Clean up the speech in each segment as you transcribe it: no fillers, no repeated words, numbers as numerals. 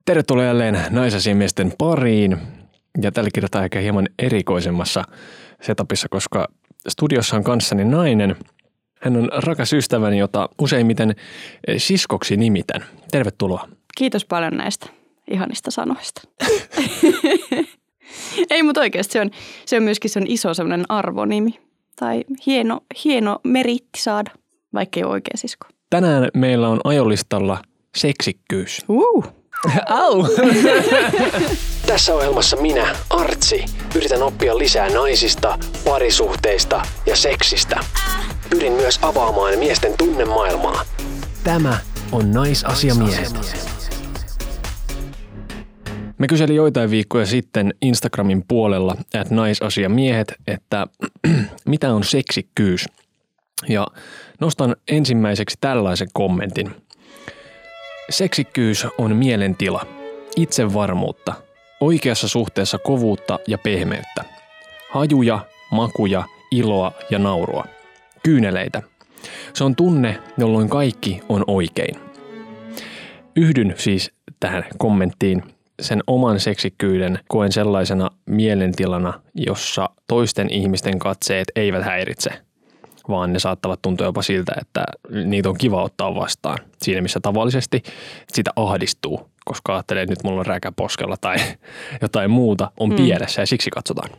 Tervetuloa jälleen naisasiamiesten pariin ja tällä kertaa ehkä hieman erikoisemmassa setupissa, koska studiossa on kanssani nainen. Hän on rakas ystäväni, jota useimmiten siskoksi nimitän. Tervetuloa. Kiitos paljon näistä ihanista sanoista. Ei, mutta oikeasti se on myöskin iso sellainen arvonimi tai hieno meritti saada, vaikka ei ole oikea sisko. Tänään meillä on ajolistalla seksikkyys. Au! Tässä ohjelmassa minä, Artsi, yritän oppia lisää naisista, parisuhteista ja seksistä. Pyrin myös avaamaan miesten tunnemaailmaa. Tämä on Naisasiamiehet. Me kyselin joitain viikkoja sitten Instagramin puolella @naisasiamiehet, että mitä on seksikkyys. Ja nostan ensimmäiseksi tällaisen kommentin. Seksikkyys on mielentila, itsevarmuutta, oikeassa suhteessa kovuutta ja pehmeyttä, hajuja, makuja, iloa ja naurua, kyyneleitä. Se on tunne, jolloin kaikki on oikein. Yhdyn siis tähän kommenttiin. Sen oman seksikkyyden koen sellaisena mielentilana, jossa toisten ihmisten katseet eivät häiritse, vaan ne saattavat tuntua jopa siltä, että niitä on kiva ottaa vastaan. Siinä missä tavallisesti sitä ahdistuu, koska ajattelee, että nyt mulla on räkä poskella tai jotain muuta on pielessä ja siksi katsotaan.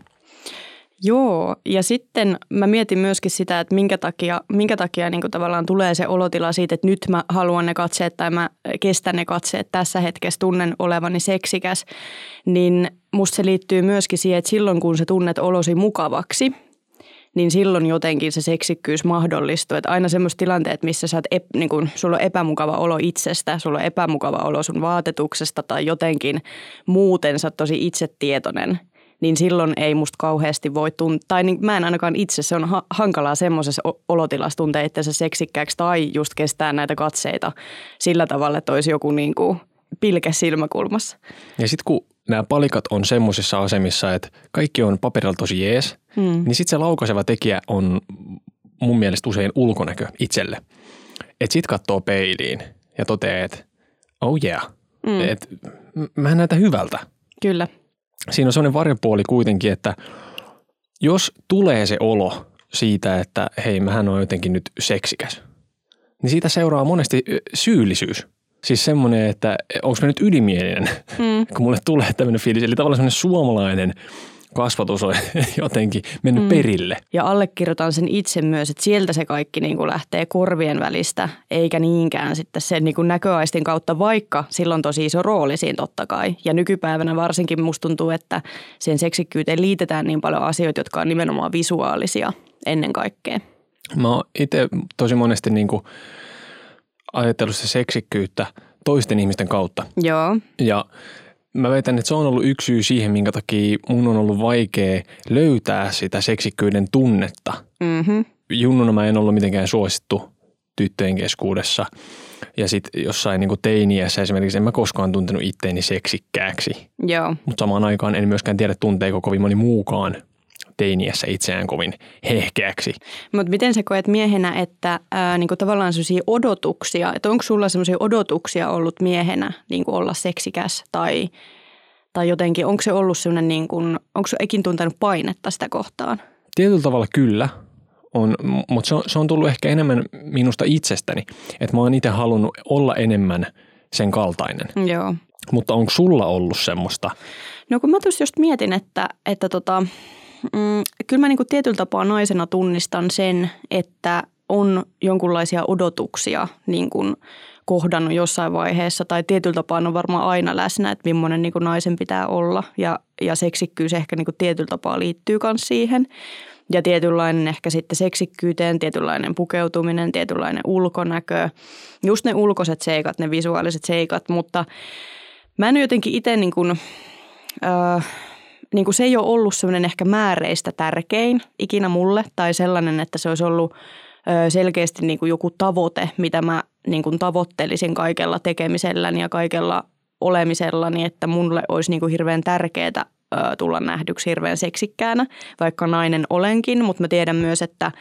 Joo, ja sitten mä mietin myöskin sitä, että minkä takia niin kuin tavallaan tulee se olotila siitä, että nyt mä haluan ne katseet tai mä kestän ne katseet tässä hetkessä, tunnen olevani seksikäs, niin musta se liittyy myöskin siihen, että silloin kun sä tunnet olosi mukavaksi, niin silloin jotenkin se seksikkyys mahdollistuu. Että aina semmoiset tilanteet, missä sä niin kun sulla on epämukava olo itsestä, sulla on epämukava olo sun vaatetuksesta tai jotenkin muuten sä oot tosi itsetietoinen, niin silloin ei musta kauheasti voi tai niin, mä en ainakaan itse, se on hankalaa semmoisessa olotilassa tuntea itsensä seksikkääksi tai just kestää näitä katseita sillä tavalla, että olisi joku niin kuin pilke silmäkulmassa. Ja sitten kun nämä palikat on semmoisissa asemissa, että kaikki on paperilla tosi jees, niin sitten se laukaiseva tekijä on mun mielestä usein ulkonäkö itselle. Että sit katsoo peiliin ja toteaa, että oh yeah, että mä näytän hyvältä. Kyllä. Siinä on sellainen varjopuoli kuitenkin, että jos tulee se olo siitä, että hei, mähän on jotenkin nyt seksikäs, niin siitä seuraa monesti syyllisyys. Siis semmoinen, että onko mä nyt ylimielinen, kun mulle tulee tämmöinen fiilis. Eli tavallaan semmoinen suomalainen kasvatus on jotenkin mennyt perille. Ja allekirjoitan sen itse myös, että sieltä se kaikki niin kuin lähtee korvien välistä, eikä niinkään sitten sen niin kuin näköaistin kautta, vaikka silloin tosi iso rooli siinä totta kai. Ja nykypäivänä varsinkin musta tuntuu, että sen seksikkyyteen liitetään niin paljon asioita, jotka on nimenomaan visuaalisia ennen kaikkea. Mä oon itse tosi monesti niin kuin ajatellut se seksikkyyttä toisten ihmisten kautta. Joo. Ja mä väitän, että se on ollut yksi syy siihen, minkä takia mun on ollut vaikea löytää sitä seksikkyyden tunnetta. Junnuna mä en ollut mitenkään suosittu tyttöjen keskuudessa. Ja sitten jossain niin kuin teiniässä esimerkiksi en mä koskaan tuntenut itteeni seksikkääksi. Joo. Mutta samaan aikaan en myöskään tiedä, tunteeko kovin moni muukaan teiniässä itseään kovin hehkeäksi. Mutta miten sä koet miehenä, että niinku tavallaan sellaisia odotuksia, että onko sulla sellaisia odotuksia ollut miehenä niinku olla seksikäs tai jotenkin, onko se ollut sellainen, niinku, onko se ikin tuntenut painetta sitä kohtaan? Tietyllä tavalla kyllä, mutta se on tullut ehkä enemmän minusta itsestäni, että mä oon itse halunnut olla enemmän sen kaltainen. Joo. Mutta onko sulla ollut semmoista? No kun mä tuossa just mietin, että kyllä mä niinku tietyllä tapaa naisena tunnistan sen, että on jonkunlaisia odotuksia niin kuin kohdannut jossain vaiheessa tai tietyllä tapaa on varmaan aina läsnä, että millainen niin kuin naisen pitää olla ja seksikkyys ehkä niin kuin tietyllä tapaa liittyy myös siihen. Ja tietynlainen ehkä sitten seksikkyyteen, tietynlainen pukeutuminen, tietynlainen ulkonäkö, just ne ulkoiset seikat, ne visuaaliset seikat, mutta mä en jotenkin itse niin kuin se ei ole ollut sellainen ehkä määreistä tärkein ikinä mulle tai sellainen, että se olisi ollut selkeästi niin kuin joku tavoite, mitä mä niin kuin tavoittelisin kaikella tekemiselläni ja kaikella olemisellani, että mulle olisi niin kuin hirveän tärkeää tulla nähdyksi hirveän seksikkäänä, vaikka nainen olenkin, mutta mä tiedän myös, että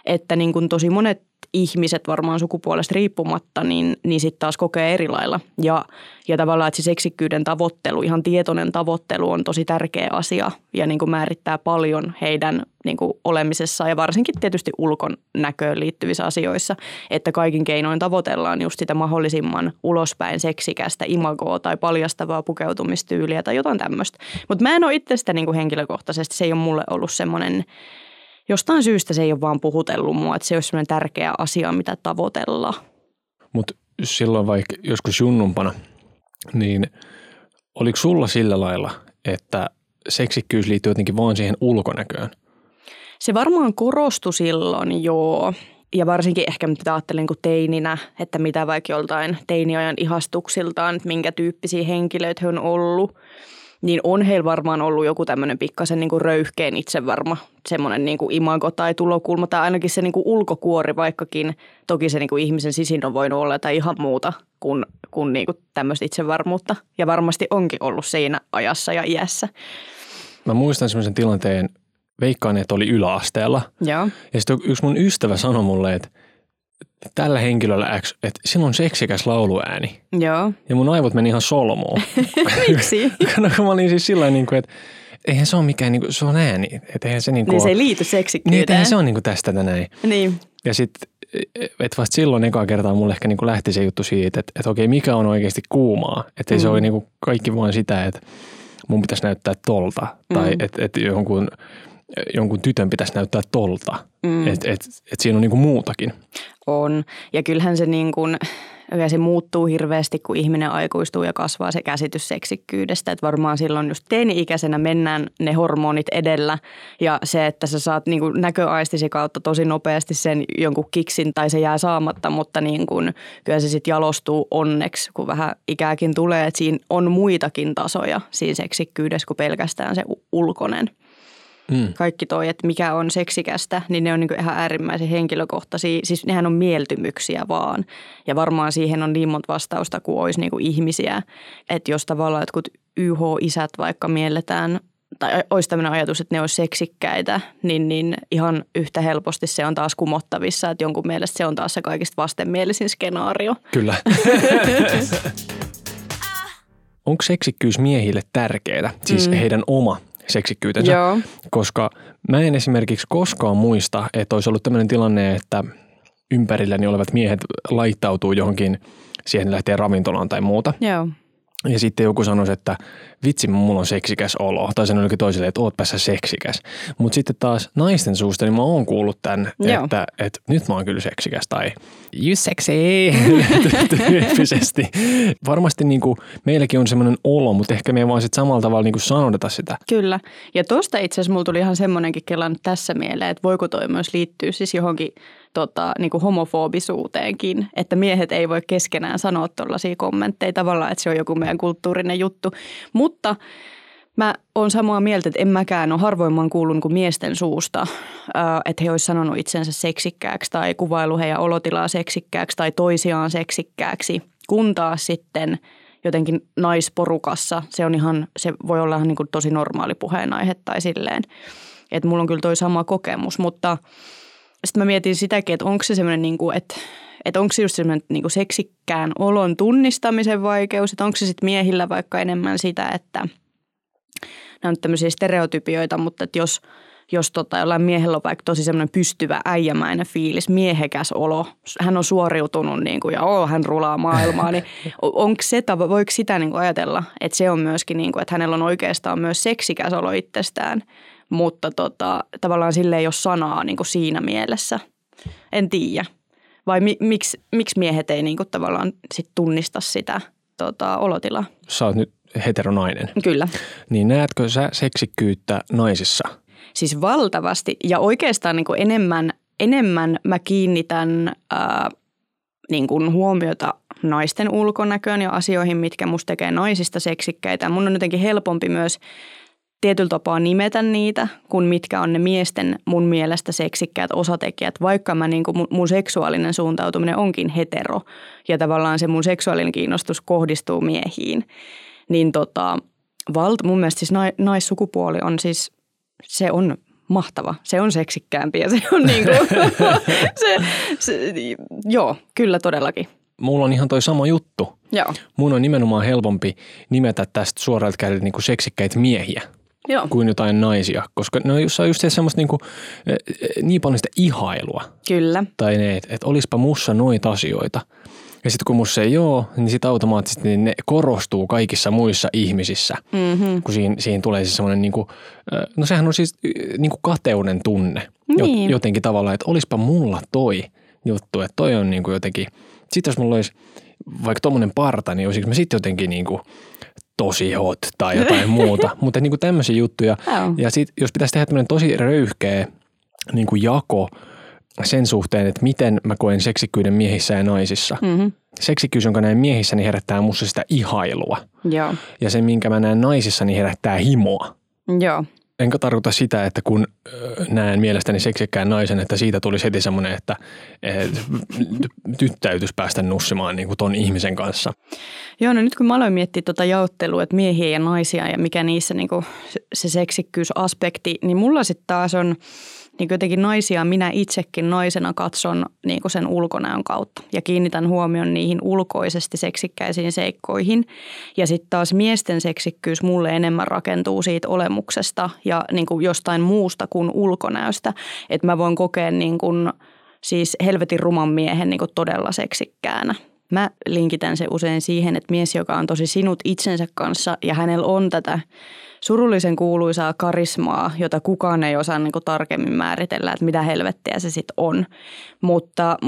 että niin kuin tosi monet ihmiset varmaan sukupuolesta riippumatta, niin sitten taas kokee eri lailla. Ja tavallaan, että se seksikkyyden tavoittelu, ihan tietoinen tavoittelu on tosi tärkeä asia ja niin kuin määrittää paljon heidän niin kuin olemisessaan ja varsinkin tietysti ulkonäköön liittyvissä asioissa, että kaikin keinoin tavoitellaan just sitä mahdollisimman ulospäin seksikästä imagoa tai paljastavaa pukeutumistyyliä tai jotain tämmöistä. Mutta mä en ole itse sitä niin kuin henkilökohtaisesti, se ei ole mulle ollut semmoinen. Jostain syystä se ei ole vaan puhutellut mua, että se olisi sellainen tärkeä asia, mitä tavoitellaan. Mutta silloin vaikka joskus junnumpana, niin oliko sulla sillä lailla, että seksikkyys liittyy jotenkin vaan siihen ulkonäköön? Se varmaan korostui silloin, joo. Ja varsinkin ehkä mitä ajattelin kuin teininä, että mitä vaikka joltain teiniajan ihastuksiltaan, että minkä tyyppisiä henkilöitä he on ollut. Niin on heillä varmaan ollut joku tämmöinen pikkasen niin kuin röyhkeän itsevarma semmoinen niin kuin imago tai tulokulma tai ainakin se niin kuin ulkokuori, vaikkakin toki se niin kuin ihmisen sisin on voinut olla jotain ihan muuta kuin niin kuin tämmöistä itsevarmuutta. Ja varmasti onkin ollut siinä ajassa ja iässä. Mä muistan semmoisen tilanteen, veikkaan, että oli yläasteella. Joo. Ja sitten yksi mun ystävä sanoi mulle, että tällä henkilöllä X, että sillä on seksikäs lauluääni. Joo. Ja mun aivot meni ihan solmuun. Miksi? Kun mä olin siis sillä niin kuin, että eihän se ole mikään, niin kuin, se on ääni. Että eihän se niin kuin, niin se ei liity seksikkyyteen. Niin, eihän se on niin kuin tästä näin. Niin. Ja sitten, että vasta silloin ekaa kertaa mulle ehkä niin kuin lähti se juttu siitä, että okei, mikä on oikeasti kuumaa. Että ei se ole niin kuin kaikki vaan sitä, että mun pitäisi näyttää tolta. Tai että jonkun tytön pitäisi näyttää tolta. Että siinä on niin kuin muutakin. On. Ja kyllähän se niin kuin, se muuttuu hirveästi, kun ihminen aikuistuu ja kasvaa se käsitys seksikkyydestä. Että varmaan silloin just teini-ikäisenä mennään ne hormonit edellä ja se, että sä saat niin kuin näköaistisi kautta tosi nopeasti sen jonkun kiksin tai se jää saamatta, mutta niin kuin, kyllä se sitten jalostuu onneksi, kun vähän ikääkin tulee. Että siinä on muitakin tasoja siinä seksikkyydessä kuin pelkästään se ulkoinen. Kaikki toi, että mikä on seksikästä, niin ne on niin kuin ihan äärimmäisen henkilökohtaisia. Siis nehän on mieltymyksiä vaan. Ja varmaan siihen on niin monta vastausta kuin olisi niin kuin ihmisiä. Että jos tavallaan jotkut YH-isät vaikka mielletään, tai olisi tämmöinen ajatus, että ne olisi seksikkäitä, niin ihan yhtä helposti se on taas kumottavissa. Että jonkun mielestä se on taas se kaikista vastenmielisin skenaario. Kyllä. Onko seksikkyys miehille tärkeää? Siis heidän oma seksikkyytensä, Joo. Koska mä en esimerkiksi koskaan muista, että olisi ollut tämmöinen tilanne, että ympärilläni olevat miehet laittautuu johonkin, siihen lähtee ravintolaan tai muuta. Joo. Ja sitten joku sanoisi, että vitsi, mulla on seksikäs olo. Tai sanoi jollekin toiselle, että ootpä sä seksikäs. Mutta sitten taas naisten suusta, niin mä oon kuullut tämän, että nyt mä oon kyllä seksikäs. Tai you sexy, tyyppisesti. Varmasti niin kuin, meilläkin on semmoinen olo, mutta ehkä me ei vaan sitten samalla tavalla niin kuin sanodeta sitä. Kyllä. Ja tuosta itse asiassa mulla tuli ihan semmoinenkin kelan tässä mieleen, että voiko toi myös liittyä siis johonkin niin kuin homofobisuuteenkin, että miehet ei voi keskenään sanoa tuollaisia kommentteja tavallaan, että se on joku meidän kulttuurinen juttu. Mutta mä oon samaa mieltä, että en mäkään ole harvoimman kuullut kuin miesten suusta, että he olisi sanonut itsensä seksikkääksi tai kuvailu heidän olotilaa seksikkääksi tai toisiaan seksikkääksi, kun taas sitten jotenkin naisporukassa se voi olla ihan niin kuin tosi normaali puheenaihe tai silleen, että mulla on kyllä toi sama kokemus, mutta sitten mä mietin sitäkin, että onko se semmoinen, niin kuin, että onko se just semmoinen niin kuin seksikkään olon tunnistamisen vaikeus, että onko se sitten miehillä vaikka enemmän sitä, että nämä on tämmöisiä stereotypioita, mutta että jos jollain miehellä on vaikka tosi semmoinen pystyvä äijämäinen fiilis, miehekäs olo, hän on suoriutunut niin kuin, ja hän rulaa maailmaa, niin onko se, voiko sitä niin kuin ajatella, että se on myöskin, niin kuin, että hänellä on oikeastaan myös seksikäs olo itsestään, mutta tavallaan sille ei ole sanaa niin kuin siinä mielessä. En tiedä. Vai miksi miehet ei niin kuin tavallaan sit tunnista sitä olotilaa? Sä oot nyt heteronainen. Kyllä. Niin näetkö sä seksikkyyttä naisissa? Siis valtavasti ja oikeastaan niin kuin enemmän mä kiinnitän niin kuin huomiota naisten ulkonäköön ja asioihin, mitkä musta tekee naisista seksikkäitä. Mun on jotenkin helpompi myös tietyllä tapaa nimetä niitä, kuin mitkä on ne miesten mun mielestä seksikkäät osatekijät, vaikka mä niin kuin mun seksuaalinen suuntautuminen onkin hetero ja tavallaan se mun seksuaalinen kiinnostus kohdistuu miehiin. Niin mun mielestä siis naissukupuoli on siis, se on mahtava. Se on seksikkäämpi ja se on niinku, joo, kyllä todellakin. Mulla on ihan toi sama juttu. Joo. Mun on nimenomaan helpompi nimetä tästä suoraan käydä niinku seksikkäitä miehiä. Joo. Kuin jotain naisia, koska ne on just semmoista niin paljon sitä ihailua. Kyllä. Tai ne, että olispa mussa noita asioita. Ja sitten kun mussa ei ole, niin sitten automaattisesti ne korostuu kaikissa muissa ihmisissä. Mm-hmm. Kun siinä tulee siis semmoinen, no sehän on siis kateuden tunne. Niin. Jotenkin tavallaan, että olispa mulla toi juttu, että toi on jotenkin. Sitten jos mulla olisi vaikka tommonen parta, niin olisinko mä sitten jotenkin tosi hot tai jotain muuta. Mutta tämmöisiä juttuja. Ja sitten jos pitäisi tehdä tämmöinen tosi röyhkeä jako sen suhteen, että miten mä koen seksikkyyden miehissä ja naisissa. Mm-hmm. Seksikkyys, jonka näen miehissä, niin herättää musta sitä ihailua. Joo. Ja se, minkä mä näen naisissa, niin herättää himoa. Joo. Enkä tarkoita sitä, että kun näen mielestäni seksikkään naisen, että siitä tulisi heti semmoinen, että nyt täytyisi päästä nussimaan ton ihmisen kanssa. Joo, no nyt kun mä aloin miettiä jaottelua, että miehiä ja naisia ja mikä niissä se seksikkyysaspekti, niin mulla sitten taas on jotenkin naisia, minä itsekin naisena katson sen ulkonäön kautta ja kiinnitän huomion niihin ulkoisesti seksikkäisiin seikkoihin. Ja sitten taas miesten seksikkyys mulle enemmän rakentuu siitä olemuksesta ja jostain muusta kuin ulkonäöstä. Että mä voin kokea siis helvetin ruman miehen todella seksikkäänä. Mä linkitän se usein siihen, että mies, joka on tosi sinut itsensä kanssa ja hänellä on tätä surullisen kuuluisaa karismaa, jota kukaan ei osaa tarkemmin määritellä, että mitä helvettiä se sitten on. Mutta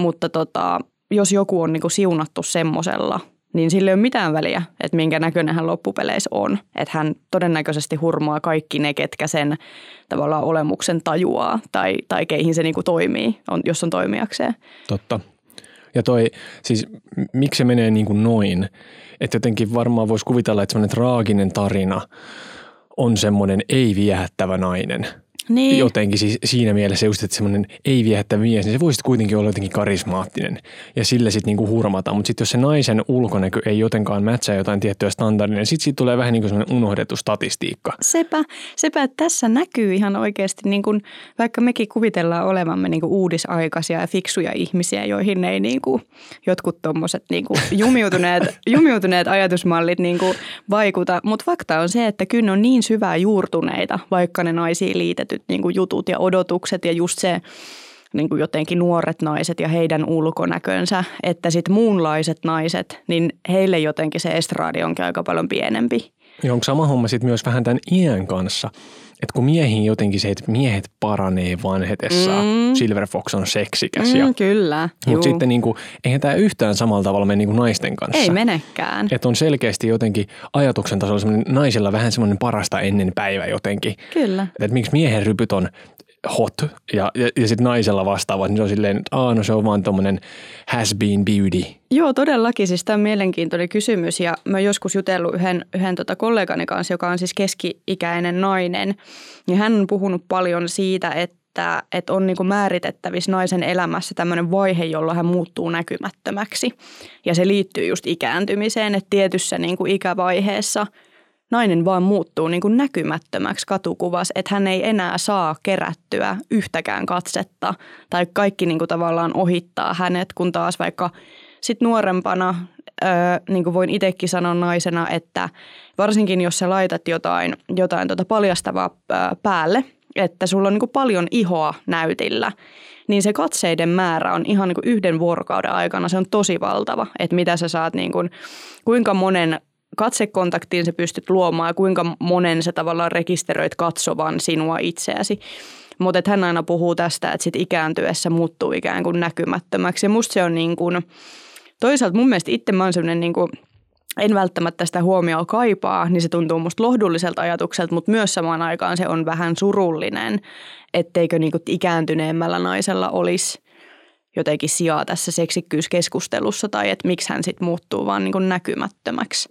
jos joku on siunattu semmosella, niin sillä ei ole mitään väliä, että minkä näköinen hän loppupeleissä on. Että hän todennäköisesti hurmaa kaikki ne, ketkä sen tavallaan olemuksen tajuaa tai keihin se toimii, jos on toimijakseen. Totta. Ja siis miksi se menee noin, että jotenkin varmaan voisi kuvitella, että semmoinen traaginen tarina on semmoinen ei-viehättävä nainen. Niin. Jotenkin siis siinä mielessä just, että semmoinen ei-viehättävä mies, niin se voisi kuitenkin olla jotenkin karismaattinen ja sillä sitten hurmataan. Mutta sitten jos se naisen ulkonäkö ei jotenkaan mätsää jotain tiettyä standardia, niin sitten siitä tulee vähän semmoinen unohdettu statistiikka. Sepä, että tässä näkyy ihan oikeasti, vaikka mekin kuvitellaan olevamme uudisaikaisia ja fiksuja ihmisiä, joihin ei jotkut tommoset jumiutuneet ajatusmallit vaikuta. Mutta fakta on se, että kyllä ne on niin syvää juurtuneita, vaikka ne naisiin liitetyt jutut ja odotukset ja just se jotenkin nuoret naiset ja heidän ulkonäkönsä, että sitten muunlaiset naiset, niin heille jotenkin se estraadi onkin aika paljon pienempi. Ja onko sama homma sitten myös vähän tämän iän kanssa, että kun miehiin jotenkin se, että miehet paranee vanhetessaan, Silver Fox on seksikäs. Kyllä. Mutta sitten eihän tämä yhtään samalla tavalla mene naisten kanssa. Ei menekään. Että on selkeästi jotenkin ajatuksen tasolla naisilla vähän semmoinen parasta ennen päivä jotenkin. Kyllä. Että miksi miehen rypyt on hot ja sitten naisella vastaavat, niin se on silleen, että no se on vaan tommonen has been beauty. Joo, todellakin. Siis tämä on mielenkiintoinen kysymys ja mä joskus jutellut yhden kollegani kanssa, joka on siis keski-ikäinen nainen. Ja hän on puhunut paljon siitä, että on määritettävissä naisen elämässä tämmöinen vaihe, jolloin hän muuttuu näkymättömäksi. Ja se liittyy just ikääntymiseen, että tietyssä ikävaiheessa nainen vaan muuttuu näkymättömäksi katukuvassa, että hän ei enää saa kerättyä yhtäkään katsetta tai kaikki tavallaan ohittaa hänet, kun taas vaikka sit nuorempana, voin itsekin sanoa naisena, että varsinkin jos sä laitat jotain paljastavaa päälle, että sulla on paljon ihoa näytillä, niin se katseiden määrä on ihan yhden vuorokauden aikana, se on tosi valtava, että mitä sä saat, kuinka monen katsekontaktiin sä pystyt luomaan ja kuinka monen sä tavallaan rekisteröit katsovan sinua itseäsi. Mutta hän aina puhuu tästä, että sit ikääntyessä muuttuu ikään kuin näkymättömäksi. Ja musta se on toisaalta mun mielestä itse mä oon sellainen en välttämättä sitä huomioon kaipaa, niin se tuntuu musta lohdulliselta ajatukselta, mutta myös samaan aikaan se on vähän surullinen, etteikö ikääntyneemmällä naisella olisi jotenkin sijaa tässä seksikkyyskeskustelussa tai että miksi hän sitten muuttuu vaan näkymättömäksi.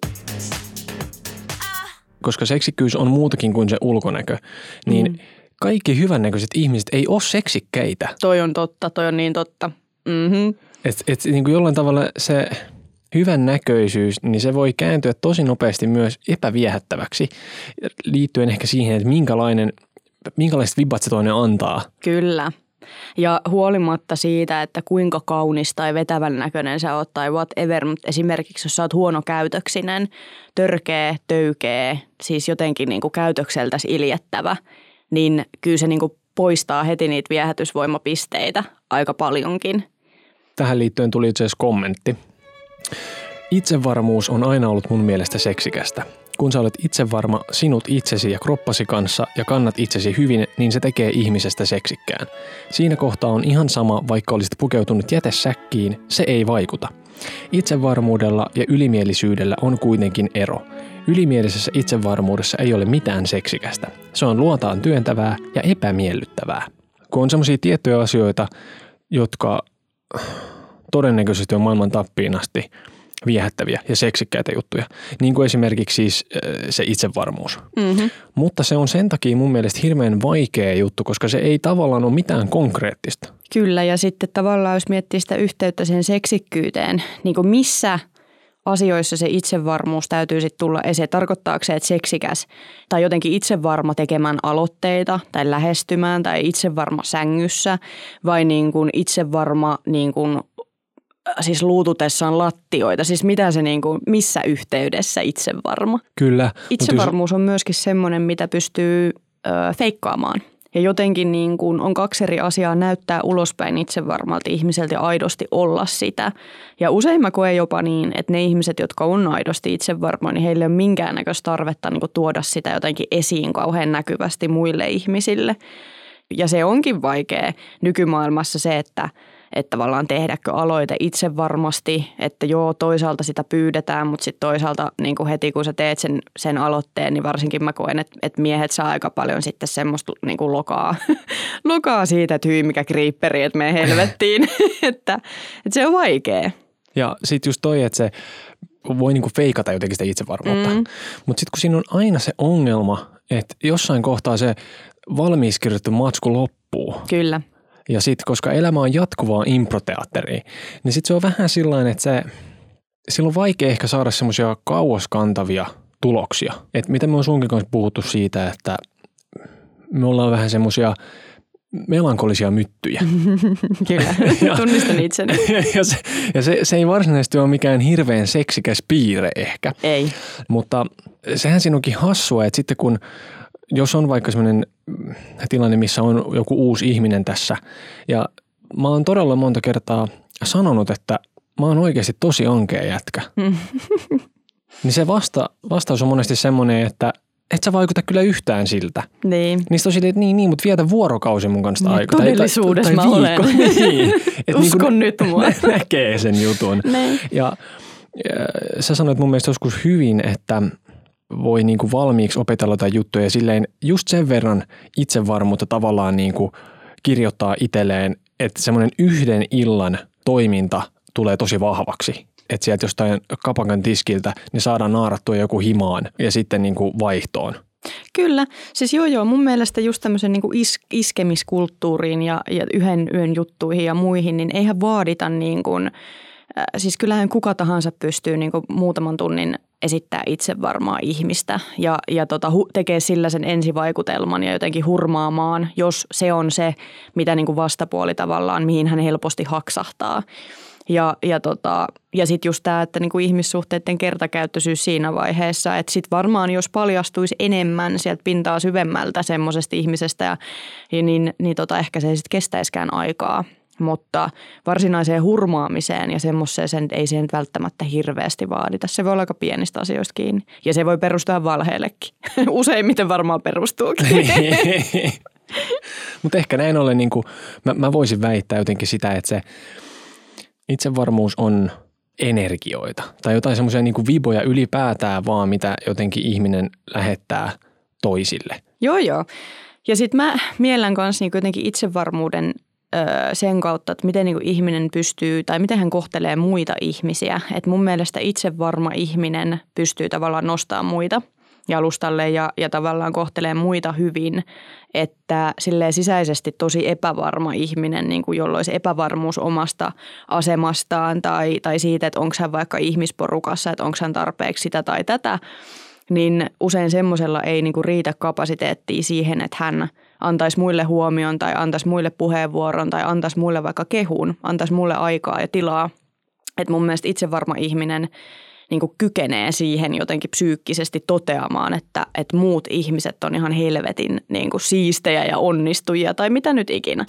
Koska seksikkyys on muutakin kuin se ulkonäkö, niin kaikki hyvännäköiset ihmiset ei ole seksikkäitä. Toi on totta, toi on niin totta. Mm-hmm. Et jollain tavalla se hyvän näköisyys, niin se voi kääntyä tosi nopeasti myös epäviehättäväksi liittyen ehkä siihen, että minkälainen minkälaiset vibat se toinen antaa. Kyllä. Ja huolimatta siitä, että kuinka kaunis tai vetävän näköinen sä oot tai whatever, mutta esimerkiksi jos sä oot huonokäytöksinen, törkeä, töykeä, siis jotenkin niin kuin käytökseltäsi iljettävä, niin kyllä se niin kuin poistaa heti niitä viehätysvoimapisteitä aika paljonkin. Tähän liittyen tuli itse asiassa kommentti. Itsevarmuus on aina ollut mun mielestä seksikästä. Kun sä olet itsevarma sinut itsesi ja kroppasi kanssa ja kannat itsesi hyvin, niin se tekee ihmisestä seksikkään. Siinä kohtaa on ihan sama, vaikka olisit pukeutunut jätesäkkiin, se ei vaikuta. Itsevarmuudella ja ylimielisyydellä on kuitenkin ero. Ylimielisessä itsevarmuudessa ei ole mitään seksikästä. Se on luontaan työntävää ja epämiellyttävää. Kun on semmoisia tiettyjä asioita, jotka todennäköisesti on maailman tappiin asti viehättäviä ja seksikkäitä juttuja, niin kuin esimerkiksi siis se itsevarmuus. Mm-hmm. Mutta se on sen takia mun mielestä hirveän vaikea juttu, koska se ei tavallaan ole mitään konkreettista. Kyllä, ja sitten tavallaan jos miettii sitä yhteyttä sen seksikkyyteen, niin kuin missä asioissa se itsevarmuus täytyy sitten tulla esiin. Tarkoittaako se, että seksikäs tai jotenkin itsevarma tekemään aloitteita tai lähestymään tai itsevarma sängyssä vai niin kuin itsevarma niin kuin siis luututessaan lattioita, siis mitä se niin kuin, missä yhteydessä itsevarma? Kyllä. Itsevarmuus on myöskin semmoinen, mitä pystyy feikkaamaan. Ja jotenkin niin kuin on kaksi eri asiaa näyttää ulospäin itsevarmalta ihmiseltä ja aidosti olla sitä. Ja usein mä koen jopa niin, että ne ihmiset, jotka on aidosti itsevarmoja, niin heillä ei ole minkäännäköistä tarvetta niin kuin tuoda sitä jotenkin esiin kauhean näkyvästi muille ihmisille. Ja se onkin vaikea nykymaailmassa se, että tavallaan tehdäkö aloite itse varmasti, että joo, toisaalta sitä pyydetään, mutta sitten toisaalta niin kuin heti kun sä teet sen aloitteen, niin varsinkin mä koen, että miehet saa aika paljon sitten semmoista niin kuin lokaa siitä, että hyi mikä kriipperi, että mene helvettiin, että se on vaikea. Ja sitten just toi, että se voi niin kuin feikata jotenkin sitä itsevarmuutta, mutta sitten kun siinä on aina se ongelma, että jossain kohtaa se valmiiksi kirjoitettu matsku loppuu. Kyllä. Ja sitten, koska elämä on jatkuvaa improteatteria, niin sitten se on vähän sillain, että silloin on vaikea ehkä saada semmoisia kauaskantavia tuloksia. Että mitä me on sunkin kanssa puhuttu siitä, että me ollaan vähän semmoisia melankolisia myttyjä. Kyllä, tunnistan itseni. Ja se ei varsinaisesti ole mikään hirveän seksikäs piirre ehkä. Ei. Mutta sehän siinä onkin hassua, että sitten jos on vaikka semmoinen tilanne, missä on joku uusi ihminen tässä ja mä oon todella monta kertaa sanonut, että mä oon oikeasti tosi ankea jätkä. Niin se vastaus on monesti semmoinen, että et sä vaikuta kyllä yhtään siltä. Niin. Niin sit että niin, mutta vietä vuorokausi mun kanssa aikaa. Todellisuudessa mä olen. Niin. Uskon nyt mua. Näkee sen jutun. Niin. Ja sä sanoit mun mielestä joskus hyvin, että voi niin kuin valmiiksi opetella jotain juttuja ja silleen just sen verran itsevarmuutta tavallaan niin kuin kirjoittaa itselleen, että semmoinen yhden illan toiminta tulee tosi vahvaksi. Että sieltä jostain kapakan tiskiltä niin saadaan naarattua joku himaan ja sitten niin kuin vaihtoon. Kyllä. Siis joo, mun mielestä just tämmöisen niin kuin iskemiskulttuuriin ja yhden yön juttuihin ja muihin, niin eihän vaadita niin kuin, siis kyllähän kuka tahansa pystyy niin kuin muutaman tunnin esittää itsevarmaa ihmistä ja tekee sillä sen ensivaikutelman ja jotenkin hurmaamaan, jos se on se, mitä niin kuin vastapuoli tavallaan, mihin hän helposti haksahtaa. Ja sitten just tämä, että niinku ihmissuhteiden kertakäyttöisyys siinä vaiheessa, että sitten varmaan jos paljastuisi enemmän sieltä pintaa syvemmältä semmoisesta ihmisestä, niin ehkä se ei sitten kestäisikään aikaa. Mutta varsinaiseen hurmaamiseen ja semmoiseen ei sen välttämättä hirveästi vaadita. Se voi olla aika pienistä asioista kiinni. Ja se voi perustua valheellekin. Useimmiten varmaan perustuukin. Mutta ehkä näin ollen, niin mä voisin väittää jotenkin sitä, että se itsevarmuus on energioita tai jotain semmoisia niin kuin viboja ylipäätään vaan, mitä jotenkin ihminen lähettää toisille. Joo. Ja sitten mä miellän kanssa niin jotenkin itsevarmuuden sen kautta, että miten niin kuin ihminen pystyy tai miten hän kohtelee muita ihmisiä. Et mun mielestä itsevarma ihminen pystyy tavallaan nostamaan muita jalustalle ja tavallaan kohtelee muita hyvin, että silleen sisäisesti tosi epävarma ihminen, niin kuin jolloin se epävarmuus omasta asemastaan tai siitä, että onko hän vaikka ihmisporukassa, että onko hän tarpeeksi sitä tai tätä, niin usein semmoisella ei niin kuin riitä kapasiteettia siihen, että hän antaisi muille huomion tai antaisi muille puheenvuoron tai antaisi muille vaikka kehun, antaisi mulle aikaa ja tilaa. Että mun mielestä itsevarma ihminen niin kuin kykenee siihen jotenkin psyykkisesti toteamaan, että muut ihmiset on ihan helvetin niin kuin siistejä ja onnistujia tai mitä nyt ikinä.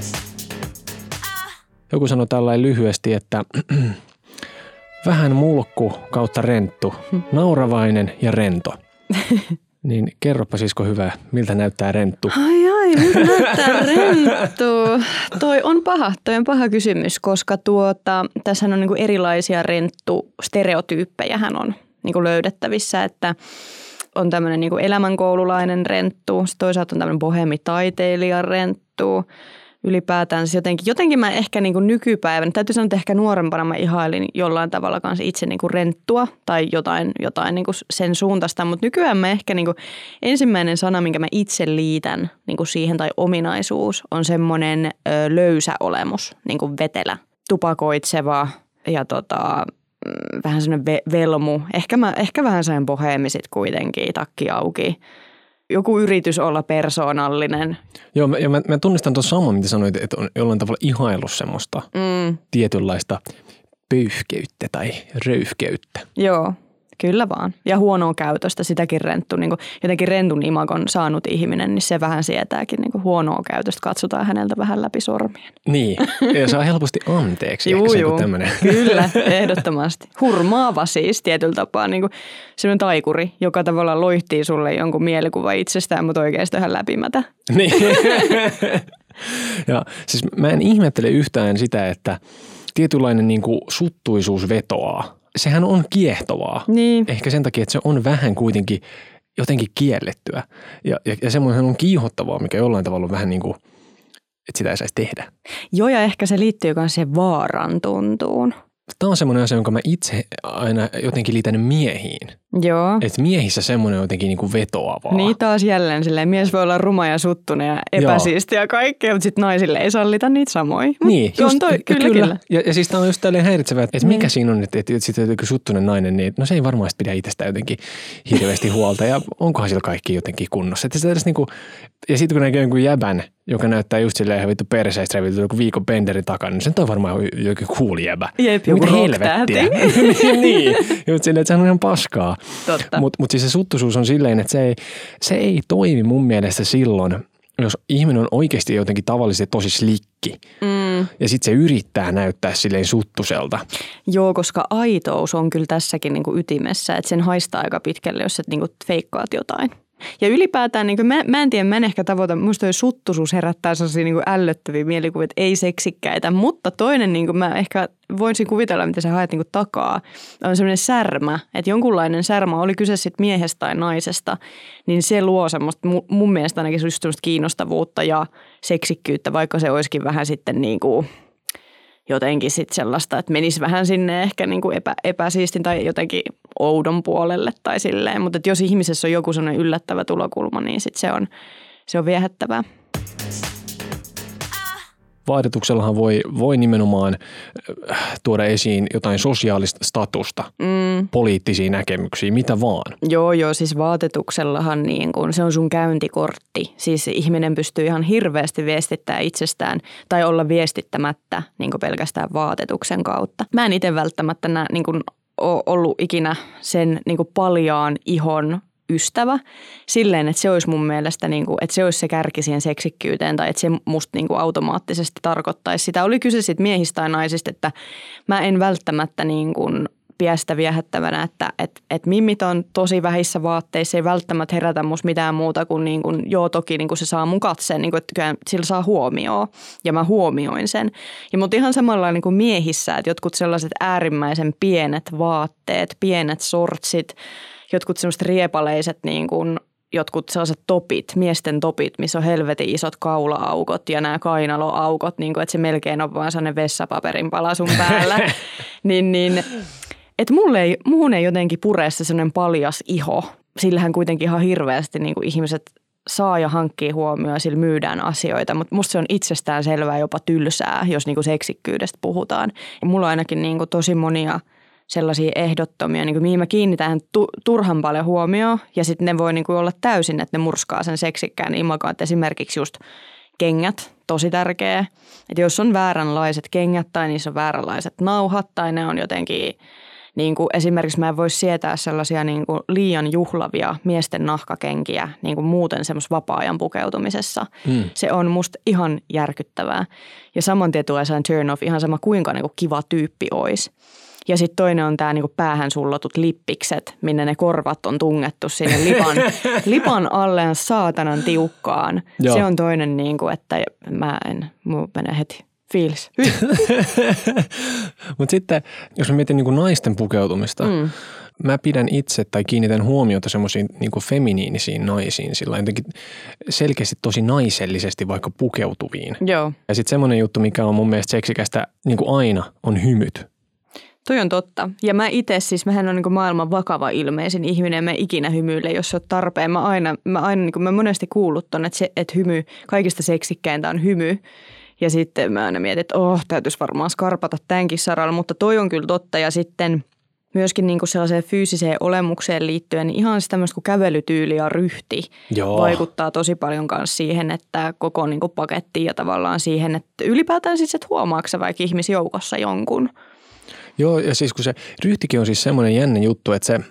Joku sanoi tällainen lyhyesti, että vähän mulkku kautta renttu, nauravainen ja rento. Niin kerropa sisko hyvä, miltä näyttää renttu? Ai, miltä näyttää renttu? Toi on paha kysymys, koska tässä on niinku erilaisia renttu-stereotyyppejä hän on niinku löydettävissä, että on tämmöinen niinku elämänkoululainen renttu, sitten toisaalta on tämmöinen boheemitaiteilijan renttu. Ylipäätään jotenkin mä ehkä niin kuin nykypäivänä, täytyy sanoa, että ehkä nuorempana mä ihailin jollain tavalla kanssa itse niin kuin renttua tai jotain niin kuin sen suuntaista, mutta nykyään mä ehkä niin kuin ensimmäinen sana, minkä mä itse liitän niin kuin siihen tai ominaisuus on semmoinen löysä olemus, niin kuin vetelä, tupakoitseva ja vähän semmoinen velmu. Ehkä vähän sellainen boheemi sit kuitenkin, takki auki. Joku yritys olla persoonallinen. Joo, ja mä tunnistan tuon saman, mitä sanoit, että on jollain tavalla ihailu semmoista tietynlaista pöyhkeyttä tai röyhkeyttä. Joo, kyllä vaan. Ja huonoa käytöstä, sitäkin renttu, niin kuin jotenkin rentun imagon saanut ihminen, niin se vähän sietääkin niin kuin huonoa käytöstä. Katsotaan häneltä vähän läpi sormien. Niin, ja saa helposti anteeksi. Juu, kyllä, ehdottomasti. Hurmaava siis tietyllä tapaa, niin kuin sellainen taikuri, joka tavallaan loihtii sulle jonkun mielikuva itsestään, mutta oikeastaan ihan läpimätä. Niin. Ja siis mä en ihmettele yhtään sitä, että tietynlainen niin kuin suttuisuus vetoaa. Sehän on kiehtovaa. Niin. Ehkä sen takia, että se on vähän kuitenkin jotenkin kiellettyä. Ja semmoinen on kiihottavaa, mikä jollain tavalla on vähän niin kuin, että sitä ei saisi tehdä. Joo, ja ehkä se liittyy myös siihen vaaran tuntuun. Tämä on semmoinen asia, jonka mä itse aina jotenkin liitän miehiin. Joo. Että miehissä semmoinen on jotenkin niin kuin vetoavaa. Niin taas jälleen silleen, mies voi olla ruma ja suttunen ja epäsiistiä ja kaikkea, mutta sitten naisille ei sallita niitä samoja. Niin, just, kyllä. Ja siis tämä on just tälleen häiritsevää, että mikä siinä on, että sitten joku suttunen nainen, niin no se ei varmaan pidä itsestään jotenkin hirveästi huolta ja onkohan sillä kaikki jotenkin kunnossa. Että sitä niinku, ja sitten kun näkee jonkun jäbän, joka näyttää just silleen ihan vittu perseistä revitty joku viikon penderin takana, niin se on varmaan joku cool jäbä. Jep, joku helvettiä. Niin, just silleen, että se on ihan paskaa. Mutta siis se suttuisuus on silleen, että se ei toimi mun mielestä silloin, jos ihminen on oikeasti jotenkin tavallisesti tosi slikki. Ja sitten se yrittää näyttää silleen suttuselta. Joo, koska aitous on kyllä tässäkin niinku ytimessä, että sen haistaa aika pitkälle, jos et niinku feikkaat jotain. Ja ylipäätään, niin mä en tiedä, mä en ehkä tavoita, musta toi suttuisuus herättää sellaisia niin ällöttäviä mielikuvia, ei seksikkäitä, mutta toinen, niin kuin mä ehkä voisin kuvitella, mitä sä haet niin takaa, on semmoinen särmä, että jonkunlainen särmä, oli kyse sitten miehestä tai naisesta, niin se luo semmoista, mun mielestä ainakin just semmoista kiinnostavuutta ja seksikkyyttä, vaikka se olisikin vähän sitten niin kuin jotenkin sitten sellaista, että menisi vähän sinne ehkä niin kuin epäsiistin tai jotenkin oudon puolelle tai silleen. Mutta jos ihmisessä on joku sellainen yllättävä tulokulma, niin sitten se on viehättävää. Vaatetuksellahan voi nimenomaan tuoda esiin jotain sosiaalista statusta, poliittisia näkemyksiä, mitä vaan. Joo, siis vaatetuksellahan niin kun, se on sun käyntikortti. Siis ihminen pystyy ihan hirveästi viestittämään itsestään tai olla viestittämättä niin kuin pelkästään vaatetuksen kautta. Mä en itse välttämättä niin kuin ole ollut ikinä sen niin kuin paljaan ihon ystävä silleen, että se olisi mun mielestä, niin kuin, että se olisi se kärki siihen seksikkyyteen tai että se musta niin kuin automaattisesti tarkoittaisi sitä. Oli kyse sitten miehistä tai naisista, että mä en välttämättä niin kuin pidä sitä viehättävänä, että mimmit on tosi vähissä vaatteissa, ei välttämättä herätä musta mitään muuta kuin, joo toki niin kuin se saa mun katseen, niin kuin, että kyllä sillä saa huomioon ja mä huomioin sen. Ja mutta ihan samalla niin kuin miehissä, että jotkut sellaiset äärimmäisen pienet vaatteet, pienet sortsit, jotkut semmoiset riepaleiset niin kuin jotkut sellaiset topit, miesten topit, missä on helvetin isot kaula-aukot ja nämä kainaloaukot, niin kuin, että se melkein on vaan sellainen vessapaperin pala sun päällä. niin että muuhun ei jotenkin pure se sellainen paljas iho. Sillähän kuitenkin ihan hirveästi niin kuin ihmiset saa ja hankkii huomioon ja sillä myydään asioita, mutta musta se on itsestään selvää jopa tylsää, jos niin kuin seksikkyydestä puhutaan. Ja mulla on ainakin niin kuin tosi monia sellaisia ehdottomia, niin kuin mihin mä kiinnitän turhan paljon huomioon. Ja sitten ne voi niin kuin olla täysin, että ne murskaa sen seksikkään imagon. Että esimerkiksi just kengät, tosi tärkeä. Että jos on vääränlaiset kengät tai niissä on vääränlaiset nauhat tai ne on jotenkin, niin kuin esimerkiksi mä en voi sietää sellaisia niin kuin liian juhlavia miesten nahkakenkiä niin kuin muuten semmoisessa vapaa-ajan pukeutumisessa. Se on musta ihan järkyttävää. Ja saman tien tulee sellainen turn off, ihan sama kuinka niin kuin kiva tyyppi olisi. Ja sitten toinen on tämä niinku päähän sullotut lippikset, minne ne korvat on tungettu sinne lipan alleen saatanan tiukkaan. Joo. Se on toinen, niinku, että muu menee heti fiilis. Mutta sitten, jos mä mietin niinku naisten pukeutumista, mä pidän itse tai kiinnitän huomiota semmoisiin niinku feminiinisiin naisiin, sillä jotenkin selkeästi tosi naisellisesti vaikka pukeutuviin. Joo. Ja sitten semmoinen juttu, mikä on mun mielestä seksikästä niinku aina, on hymyt. Toi on totta. Ja mä itse siis, mähän on niin kuin maailman vakava ilmeisin ihminen. Mä ikinä hymyile, jos se on tarpeen. Mä niin kuin mä monesti kuullut ton, että hymy, kaikista seksikkäintä on hymy. Ja sitten mä aina mietin, että täytyisi varmaan skarpata tämänkin saralla. Mutta toi on kyllä totta. Ja sitten myöskin niin kuin sellaiseen fyysiseen olemukseen liittyen, niin ihan tämmöistä kuin kävelytyyli ja ryhti vaikuttaa tosi paljon myös siihen, että koko niin kuin paketti ja tavallaan siihen, että ylipäätään siis, että huomaako sä vaikka ihmisjoukossa jonkun. Joo, ja siis kun se ryhtikin on siis semmoinen jännä juttu, että se,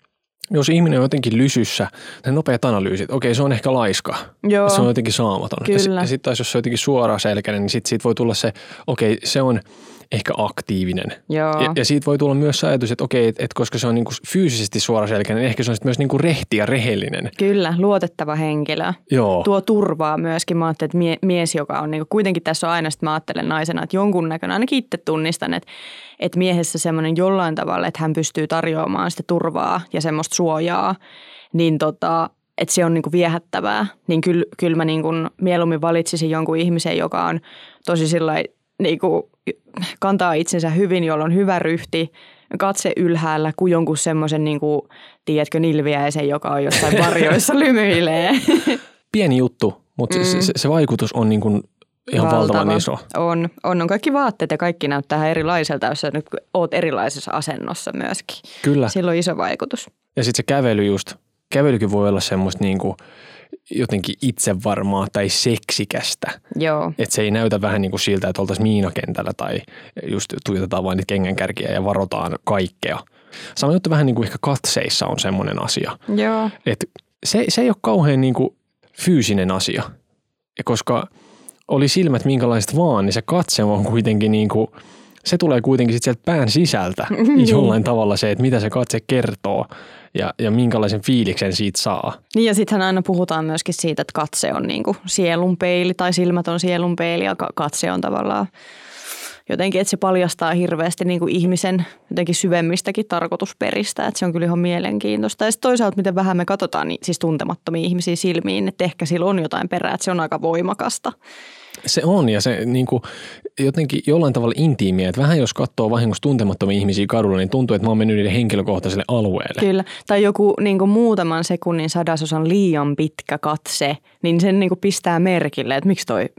jos ihminen on jotenkin lysyssä, ne nopeat analyysit, okei, se on ehkä laiska, joo, se on jotenkin saamaton. Kyllä. Ja sitten taas jos se on jotenkin suoraselkäinen, niin sitten siitä voi tulla se, okei, se on ehkä aktiivinen. Ja siitä voi tulla myös se ajatus, että okei, että koska se on niinku fyysisesti suoraselkäinen, niin ehkä se on myös niinku rehti ja rehellinen. Kyllä, luotettava henkilö. Joo. Tuo turvaa myöskin. Mä ajattelen, että mies, joka on niinku, kuitenkin tässä on aina, mä ajattelen naisena, että jonkun näköinen, ainakin itse tunnistan, että miehessä semmoinen jollain tavalla, että hän pystyy tarjoamaan sitä turvaa ja semmoista suojaa, niin että se on niinku viehättävää. Niin kyllä mä niinku mieluummin valitsisin jonkun ihmisen, joka on tosi sillai niinku kantaa itsensä hyvin, jolla on hyvä ryhti, katse ylhäällä, kuin jonkun semmoisen, niinku, tiedätkö, nilviäisen, joka on jossain varjoissa lymyilee. Pieni juttu, mutta se vaikutus on niinku ihan valtavan iso. On kaikki vaatteet ja kaikki näyttää erilaiselta, jos sä nyt oot erilaisessa asennossa myöskin. Kyllä. Sillä on iso vaikutus. Ja sitten se kävelykin voi olla semmoista niinku jotenkin itsevarmaa tai seksikästä. Joo. Että se ei näytä vähän niin kuin siltä, että oltaisiin miinakentällä tai just tuijotetaan vain niitä kengänkärkiä ja varotaan kaikkea. Sama juttu vähän niin kuin ehkä katseissa on semmoinen asia. Joo. Että se ei ole kauhean niin kuin fyysinen asia. Ja koska oli silmät minkälaiset vaan, niin se katse on kuitenkin niin kuin, se tulee kuitenkin sit sieltä pään sisältä jollain tavalla se, että mitä se katse kertoo. Ja minkälaisen fiiliksen siitä saa. Niin ja sittenhän aina puhutaan myöskin siitä, että katse on niin kuin sielun peili tai silmät on sielun peili ja katse on tavallaan jotenkin, että se paljastaa hirveästi niin kuin ihmisen jotenkin syvemmistäkin tarkoitusperistä, että se on kyllä ihan mielenkiintoista. Ja sitten toisaalta, miten vähän me katsotaan niin, siis tuntemattomia ihmisiä silmiin, että ehkä sillä on jotain perää, että se on aika voimakasta. Se on ja se niin kuin, jotenkin jollain tavalla intiimiä, että vähän jos katsoo vahingossa tuntemattomia ihmisiä kadulla, niin tuntuu, että mä oon mennyt niiden henkilökohtaiselle alueelle. Kyllä, tai joku niin kuin muutaman sekunnin sadasosan liian pitkä katse, niin sen niin kuin pistää merkille, että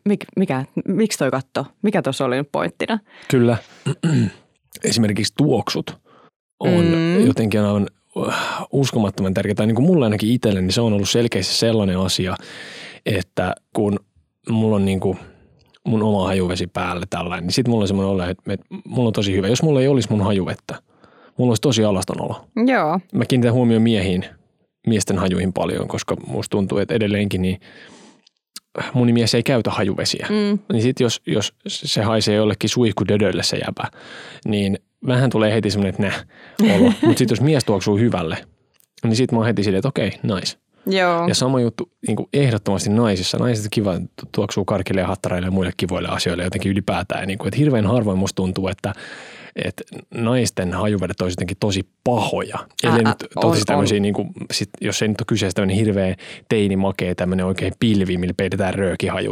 miksi toi katto, mikä tuossa oli nyt pointtina. Kyllä, esimerkiksi tuoksut on jotenkin aivan uskomattoman tärkeää, tai niin kuin mulle ainakin itselleni, niin se on ollut selkeästi sellainen asia, että kun mulla on niinku mun oma hajuvesi päällä tällainen, niin sit mulla on semmoinen olo, että mulla on tosi hyvä. Jos mulla ei olisi mun hajuvettä, mulla olisi tosi alaston olo. Joo. Mä kiinnitän huomioon miesten hajuihin paljon, koska musta tuntuu, että edelleenkin niin mun mies ei käytä hajuvesiä. Niin sit jos se haisee jollekin suihkudödölle se jäpä, niin vähän tulee heti semmoinen, että olo. Mutta sit jos mies tuoksuu hyvälle, niin sit mä oon heti silleen, että okei, nice. Joo. Ja sama juttu niin kuin ehdottomasti naisissa. Naiset kiva tuoksuu karkille ja hattareille ja muille kivoille asioille jotenkin ylipäätään. Niin kuin, että hirveän harvoin musta tuntuu, että naisten hajuvedet olisi jotenkin tosi pahoja. Eli nyt tosi tämmöisiä, niin kuin, sit, jos ei nyt ole kyseessä tämmöinen hirveä teinimakea, tämmöinen oikein pilvi, millä peitetään röökihajuut.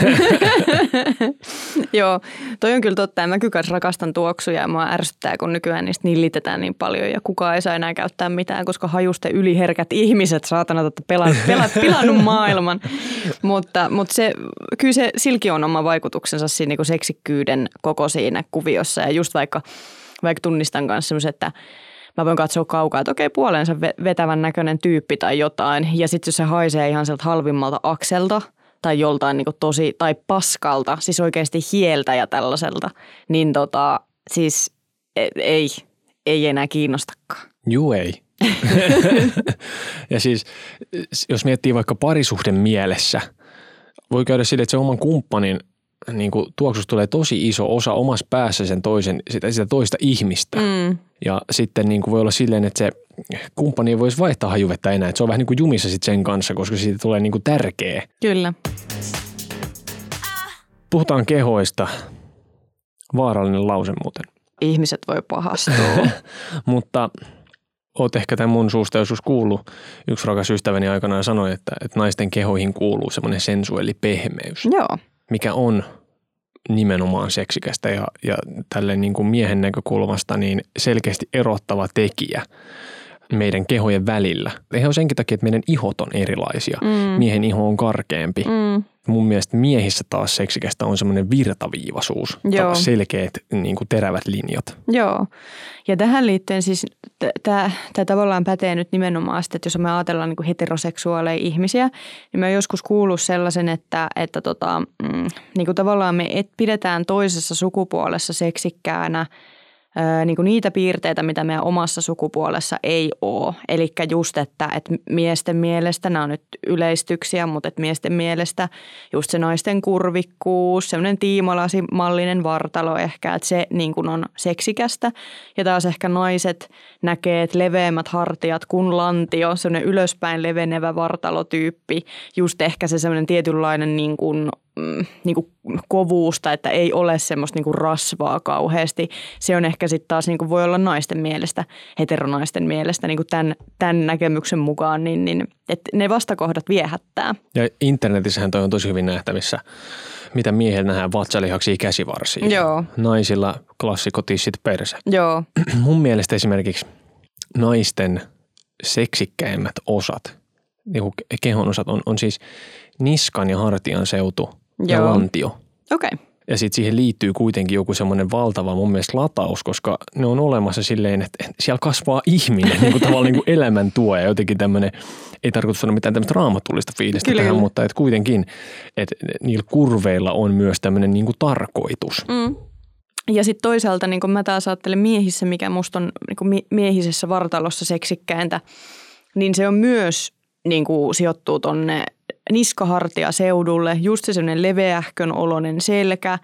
Joo, toi on kyllä totta. Mä kyllä rakastan tuoksuja ja mua ärsyttää, kun nykyään niistä nillitetään niin paljon ja kukaan ei saa enää käyttää mitään, koska hajusten yliherkät ihmiset saatana pilannut maailman. mutta kyllä silläkin on oma vaikutuksensa siinä niin kuin seksikkyyden koko siinä kuviossa ja just vaikka vaikka tunnistan kanssa semmoisen, että mä voin katsoa kaukaa, että okei, puoleensa vetävän näköinen tyyppi tai jotain. Ja sitten jos se haisee ihan sieltä halvimmalta akselta tai joltain niin kuin tosi, tai paskalta, siis oikeasti hieltä ja tällaiselta, niin siis ei enää kiinnostakaan. Juu, ei. Ja siis, jos miettii vaikka parisuhden mielessä, voi käydä sille, että se oman kumppanin niin kuin tuoksusta tulee tosi iso osa omassa päässä sen toisen, sitä toista ihmistä. Ja sitten niin kuin voi olla silleen, että se kumppani ei voisi vaihtaa hajuvettä enää. Että se on vähän niin kuin jumissa sit sen kanssa, koska siitä tulee niin kuin tärkeä. Kyllä. Puhutaan kehoista. Vaarallinen lause muuten. Ihmiset voi pahastua. Mutta oot ehkä tämän mun suusta joskus kuullut. Yksi rakas ystäväni aikanaan sanoi, että naisten kehoihin kuuluu semmoinen sensuelli pehmeys. Joo. Mikä on nimenomaan seksikästä ja tälleen niin kuin miehen näkökulmasta niin selkeästi erottava tekijä meidän kehojen välillä. Eihän senkin takia, että meidän ihot on erilaisia. Miehen iho on karkeampi. Mun mielestä miehissä taas seksikästä on semmoinen virtaviivaisuus. Selkeät niin kuin terävät linjat. Joo. Ja tähän liittyen siis tämä tavallaan pätee nyt nimenomaan sitä, että jos me ajatellaan niin kuin heteroseksuaaleja ihmisiä, niin mä oon joskus kuullut sellaisen, että niin kuin tavallaan me pidetään toisessa sukupuolessa seksikkäänä niin kuin niitä piirteitä, mitä meidän omassa sukupuolessa ei ole. Eli just, että miesten mielestä, nämä on nyt yleistyksiä, mutta että miesten mielestä just se naisten kurvikkuus, semmoinen tiimalasimallinen vartalo ehkä, että se niin kuin on seksikästä. Ja taas ehkä naiset näkee, että leveämmät hartiat kuin lantio, semmoinen ylöspäin levenevä vartalotyyppi, just ehkä se semmoinen tietynlainen niin kuin kovuusta, että ei ole semmoista niin kuin rasvaa kauheasti. Se on ehkä sitten taas niin kuin voi olla naisten mielestä, heteronaisten mielestä niin kuin tämän näkemyksen mukaan, niin että ne vastakohdat viehättää. Ja internetissähän toi on tosi hyvin nähtävissä, mitä miehillä nähdään vatsalihaksia käsivarsia. Joo. Naisilla klassikko tissit perse. Joo. Mun mielestä esimerkiksi naisten seksikkäimmät osat, niin kuin kehon osat on siis niskan ja hartian seutu. Ja lantio. Okei. Ja sitten siihen liittyy kuitenkin joku semmoinen valtava mun mielestä lataus, koska ne on olemassa silleen, että siellä kasvaa ihminen niin kuin tavallaan niin kuin elämäntuo ja jotenkin tämmöinen, ei tarkoita sanoa mitään tämmöistä raamatullista fiilistä kyllä tähän, mutta että kuitenkin, että niillä kurveilla on myös tämmöinen niin kuin tarkoitus. Ja sitten toisaalta niin kuin mä taas ajattelen miehissä, mikä musta on niin kuin miehisessä vartalossa seksikkäintä, niin se on myös niin kuin sijoittuu tonne niskahartia seudulle, just se sellainen leveähkön oloinen selkä.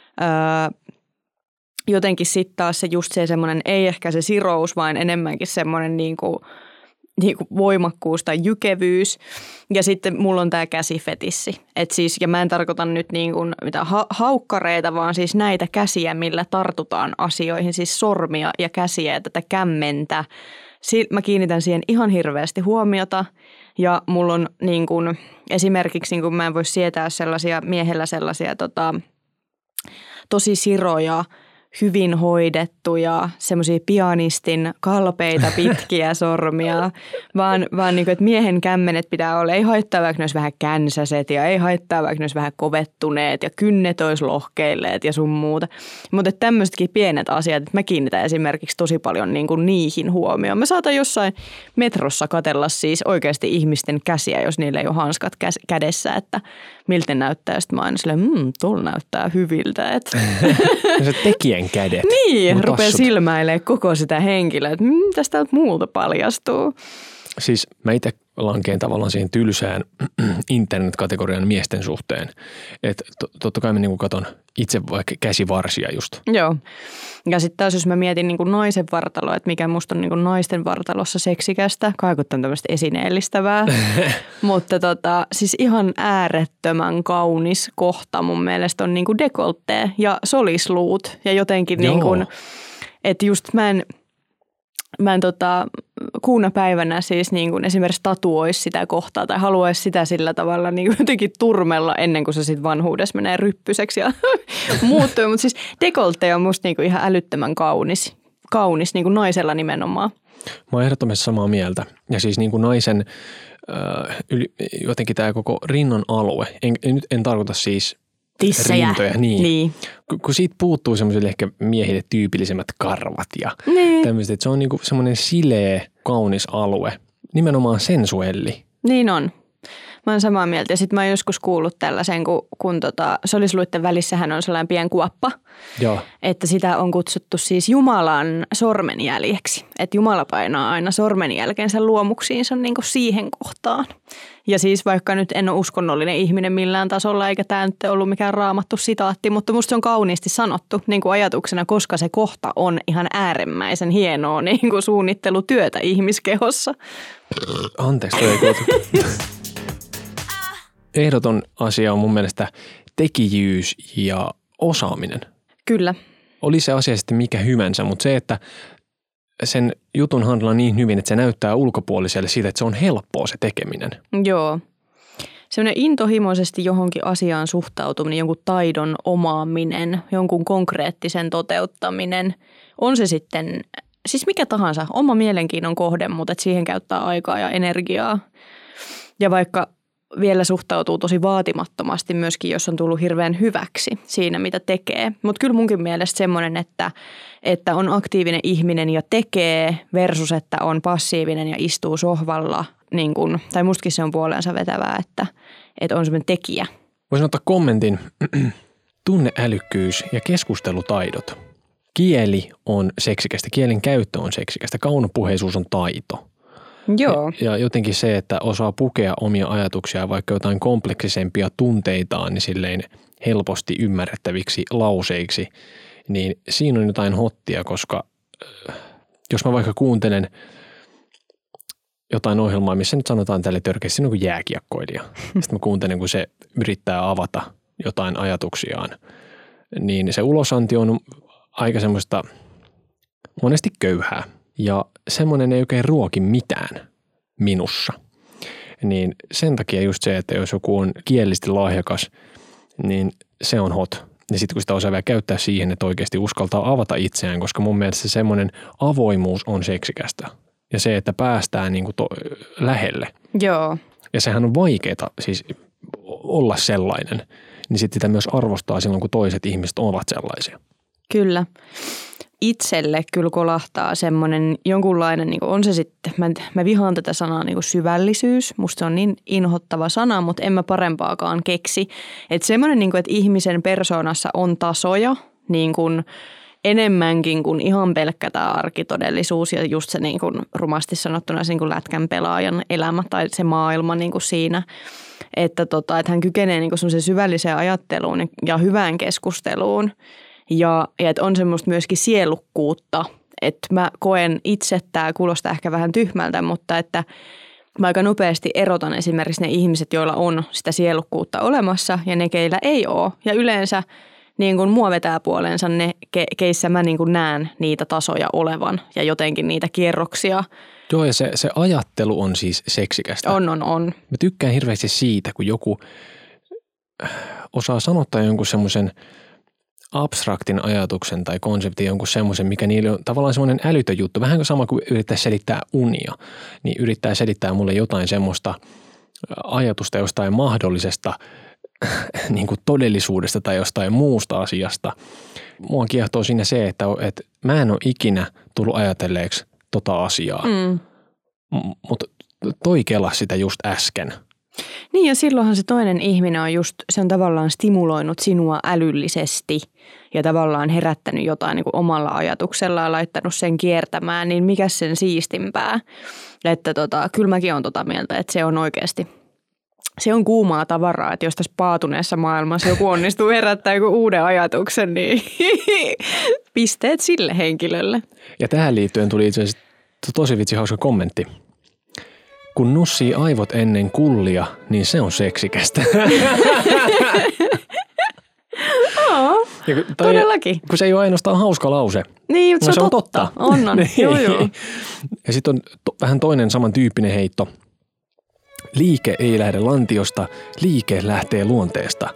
Jotenkin sitten taas se just se semmoinen, ei ehkä se sirous, vaan enemmänkin semmoinen niin kuin voimakkuus tai jykevyys. Ja sitten mulla on tämä käsifetissi. Et siis, ja mä en tarkoita nyt niin kuin mitään haukkareita, vaan siis näitä käsiä, millä tartutaan asioihin, siis sormia ja käsiä ja tätä kämmentä. Mä kiinnitän siihen ihan hirveästi huomiota ja mulla on niin kuin, esimerkiksi niin kuin mä en voi sietää miehellä sellaisia tosi siroja, hyvin hoidettuja, semmoisia pianistin kalpeita pitkiä sormia, vaan niin kuin, että miehen kämmenet pitää olla, ei haittaa vaikka ne olisi vähän känsäset ja ei haittaa vaikka ne olisi vähän kovettuneet ja kynnet olisi lohkeilleet ja sun muuta. Mutta tämmöisetkin pienet asiat, että mä kiinnitän esimerkiksi tosi paljon niin kuin niihin huomioon. Mä saatan jossain metrossa katsella siis oikeasti ihmisten käsiä, jos niillä ei ole hanskat kädessä, että miltä näyttää. Sitten mä aina silleen, tuolla näyttää hyviltä. Se tekijän kädet. Niin, rupeaa silmäilemään koko sitä henkilöä, että tästä täältä muulta paljastuu. Siis mä itse lankeen tavallaan siihen tylsään internet-kategorian miesten suhteen. Että totta kai mä niinku katon itse vaikka käsivarsia just. Joo. Ja sitten taas jos mä mietin niinku naisen vartaloa, että mikä musta on niinku naisten vartalossa seksikästä, kaikuttaa tämmöistä esineellistävää. Mutta siis ihan äärettömän kaunis kohta mun mielestä on niinku dekoltee ja solisluut. Ja jotenkin niinku, että just mä en kuuna päivänä siis niin kuin esimerkiksi tatuoisi sitä kohtaa tai haluaisi sitä sillä tavalla niin kuin jotenkin turmella ennen kuin se sitten vanhuudessa menee ryppyseksi ja muuttuu. Mutta siis dekolte on musta niin kuin ihan älyttömän kaunis niin kuin naisella nimenomaan. Mä oon ehdottomasti samaa mieltä. Ja siis niin kuin naisen jotenkin tämä koko rinnan alue, en tarkoita siis tissejä. Rintoja. Niin. Kun siitä puuttuu semmoisille ehkä miehille tyypillisemmät karvat ja tämmöiset, että se on niinku semmoinen sileä, kaunis alue. Nimenomaan sensuelli. Niin on. Mä oon samaa mieltä. Ja sit mä oon joskus kuullut tällaisen, kun solisluitten välissähän on sellainen pien kuoppa. Joo. Että sitä on kutsuttu siis Jumalan sormenjäljeksi. Että Jumala painaa aina sormenjälkensä luomuksiinsa niin kuin siihen kohtaan. Ja siis vaikka nyt en ole uskonnollinen ihminen millään tasolla, eikä tämä nyt ollut mikään raamattu sitaatti, mutta musta se on kauniisti sanottu niin kuin ajatuksena, koska se kohta on ihan äärimmäisen hienoa niin kuin suunnittelutyötä ihmiskehossa. Anteeksi, toi ei kuultu. Ehdoton asia on mun mielestä tekijyys ja osaaminen. Kyllä. Oli se asia sitten mikä hyvänsä, mutta se, että sen jutun handlaa niin hyvin, että se näyttää ulkopuoliselle siitä, että se on helppoa se tekeminen. Joo. Sellainen intohimoisesti johonkin asiaan suhtautuminen, jonkun taidon omaaminen, jonkun konkreettisen toteuttaminen. On se sitten, siis mikä tahansa, oma mielenkiinnon kohde, mutta että siihen käyttää aikaa ja energiaa. Ja vaikka vielä suhtautuu tosi vaatimattomasti myöskin, jos on tullut hirveän hyväksi siinä, mitä tekee. Mutta kyllä munkin mielestä semmoinen, että on aktiivinen ihminen ja tekee versus, että on passiivinen ja istuu sohvalla, niin kun, tai mustakin se on puoleensa vetävää, että on semmoinen tekijä. Voisin ottaa kommentin. Tunneälykkyys ja keskustelutaidot. Kieli on seksikästä, kielen käyttö on seksikästä, kaunopuheisuus on taito. Joo. Ja jotenkin se, että osaa pukea omia ajatuksia, vaikka jotain kompleksisempia tunteitaan, niin silleen helposti ymmärrettäviksi lauseiksi, niin siinä on jotain hottia, koska jos mä vaikka kuuntelen jotain ohjelmaa, missä nyt sanotaan tälle törkeästi kuin jääkiekkoilija, sitten mä kuuntelen, kun se yrittää avata jotain ajatuksiaan, niin se ulosanti on aika semmoista monesti köyhää. Ja semmoinen ei oikein ruoki mitään minussa. Niin sen takia just se, että jos joku on kielellisesti lahjakas, niin se on hot. Ja sitten kun sitä osaa vielä käyttää siihen, että oikeasti uskaltaa avata itseään, koska mun mielestä se semmoinen avoimuus on seksikästä. Ja se, että päästään niin kuin lähelle. Joo. Ja sehän on vaikeaa siis olla sellainen. Niin sitten sitä myös arvostaa silloin, kun toiset ihmiset ovat sellaisia. Kyllä. Itselle kyllä kolahtaa semmoinen jonkunlainen, niin on se sitten, mä vihaan tätä sanaa niin kuin syvällisyys. Musta se on niin inhottava sana, mutta en mä parempaakaan keksi. Että semmoinen, niin kuin, että ihmisen persoonassa on tasoja niin kuin enemmänkin kuin ihan pelkkä tämä arkitodellisuus ja just se niin kuin rumasti sanottuna se niin kuin lätkän pelaajan elämä tai se maailma niin kuin siinä. Että hän kykenee niin kuin semmoiseen syvälliseen ajatteluun ja hyvään keskusteluun. Ja että on semmoista myöskin sielukkuutta, että mä koen itse, tämä kuulostaa ehkä vähän tyhmältä, mutta että mä aika nopeasti erotan esimerkiksi ne ihmiset, joilla on sitä sielukkuutta olemassa ja ne, keillä ei ole. Ja yleensä niin kun mua vetää puoleensa ne, keissä mä niin kun näen niitä tasoja olevan ja jotenkin niitä kierroksia. Joo, ja se ajattelu on siis seksikästä. On. Mä tykkään hirveästi siitä, kun joku osaa sanottaa jonkun semmoisen abstraktin ajatuksen tai konseptin, jonkun semmoisen, mikä niillä on tavallaan semmoinen älytön juttu. Vähän sama kuin yrittää selittää unia, niin yrittää selittää mulle jotain semmoista ajatusta jostain mahdollisesta niin kuin todellisuudesta tai jostain muusta asiasta. Mua kiehtoo siinä se, että mä en ole ikinä tullut ajatelleeksi tota asiaa, mutta toi kelasi sitä just äsken. Niin ja silloinhan se toinen ihminen on just, se on tavallaan stimuloinut sinua älyllisesti ja tavallaan herättänyt jotain niin kuin omalla ajatuksella ja laittanut sen kiertämään, niin mikä sen siistimpää. Että kyllä mäkin olen mieltä, että se on oikeasti, se on kuumaa tavaraa, että jos tässä paatuneessa maailmassa joku onnistuu herättämään joku uuden ajatuksen, niin pisteet sille henkilölle. Ja tähän liittyen tuli itse asiassa tosi vitsi hauska kommentti. Kun nussii aivot ennen kullia, niin se on seksikästä. Todellakin. Kun se ei ole ainoastaan hauska lause. Niin, mutta se on totta. On. Joo. Ja sitten on vähän toinen samantyyppinen heitto. Liike ei lähde lantiosta, liike lähtee luonteesta.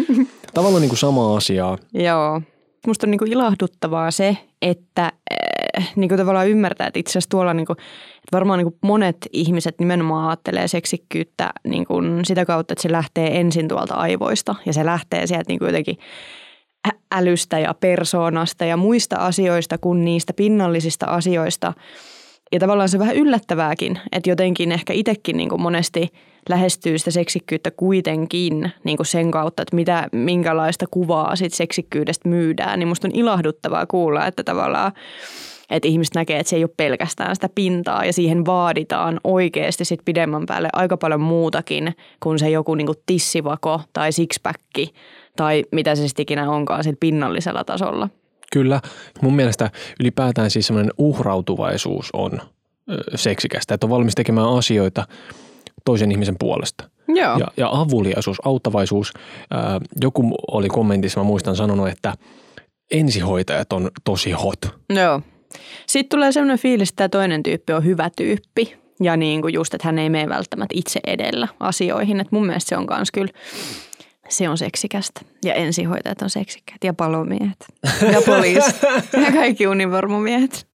Tavallaan niin kuin samaa asiaa. Joo. Musta on niin kuin ilahduttavaa se, että niin kuin tavallaan ymmärtää, että itse asiassa tuolla niin kuin, että varmaan niin kuin monet ihmiset nimenomaan ajattelee seksikkyyttä niin kuin sitä kautta, että se lähtee ensin tuolta aivoista ja se lähtee sieltä niin kuin jotenkin älystä ja persoonasta ja muista asioista kuin niistä pinnallisista asioista. Ja tavallaan se on vähän yllättävääkin, että jotenkin ehkä itsekin niin kuin monesti lähestyy sitä seksikkyyttä kuitenkin niin kuin sen kautta, että minkälaista kuvaa sit seksikkyydestä myydään. Niin musta on ilahduttavaa kuulla, että tavallaan että ihmiset näkee, että se ei ole pelkästään sitä pintaa ja siihen vaaditaan oikeasti sit pidemmän päälle aika paljon muutakin kuin se joku niin kuin tissivako tai sixpacki tai mitä se sitten ikinä onkaan sillä pinnallisella tasolla. Kyllä. Mun mielestä ylipäätään siis semmoinen uhrautuvaisuus on seksikästä, että on valmis tekemään asioita toisen ihmisen puolesta. Joo. Ja avuliaisuus, auttavaisuus. Joku oli kommentissa, mä muistan sanonut, että ensihoitajat on tosi hot. Joo. Sitten tulee sellainen fiilis, että tämä toinen tyyppi on hyvä tyyppi ja niin kuin just, että hän ei mene välttämättä itse edellä asioihin. Että mun mielestä se on kans kyllä, se on seksikästä ja ensihoitajat on seksikkäät ja palomiehet ja poliisit ja kaikki univormumiehet.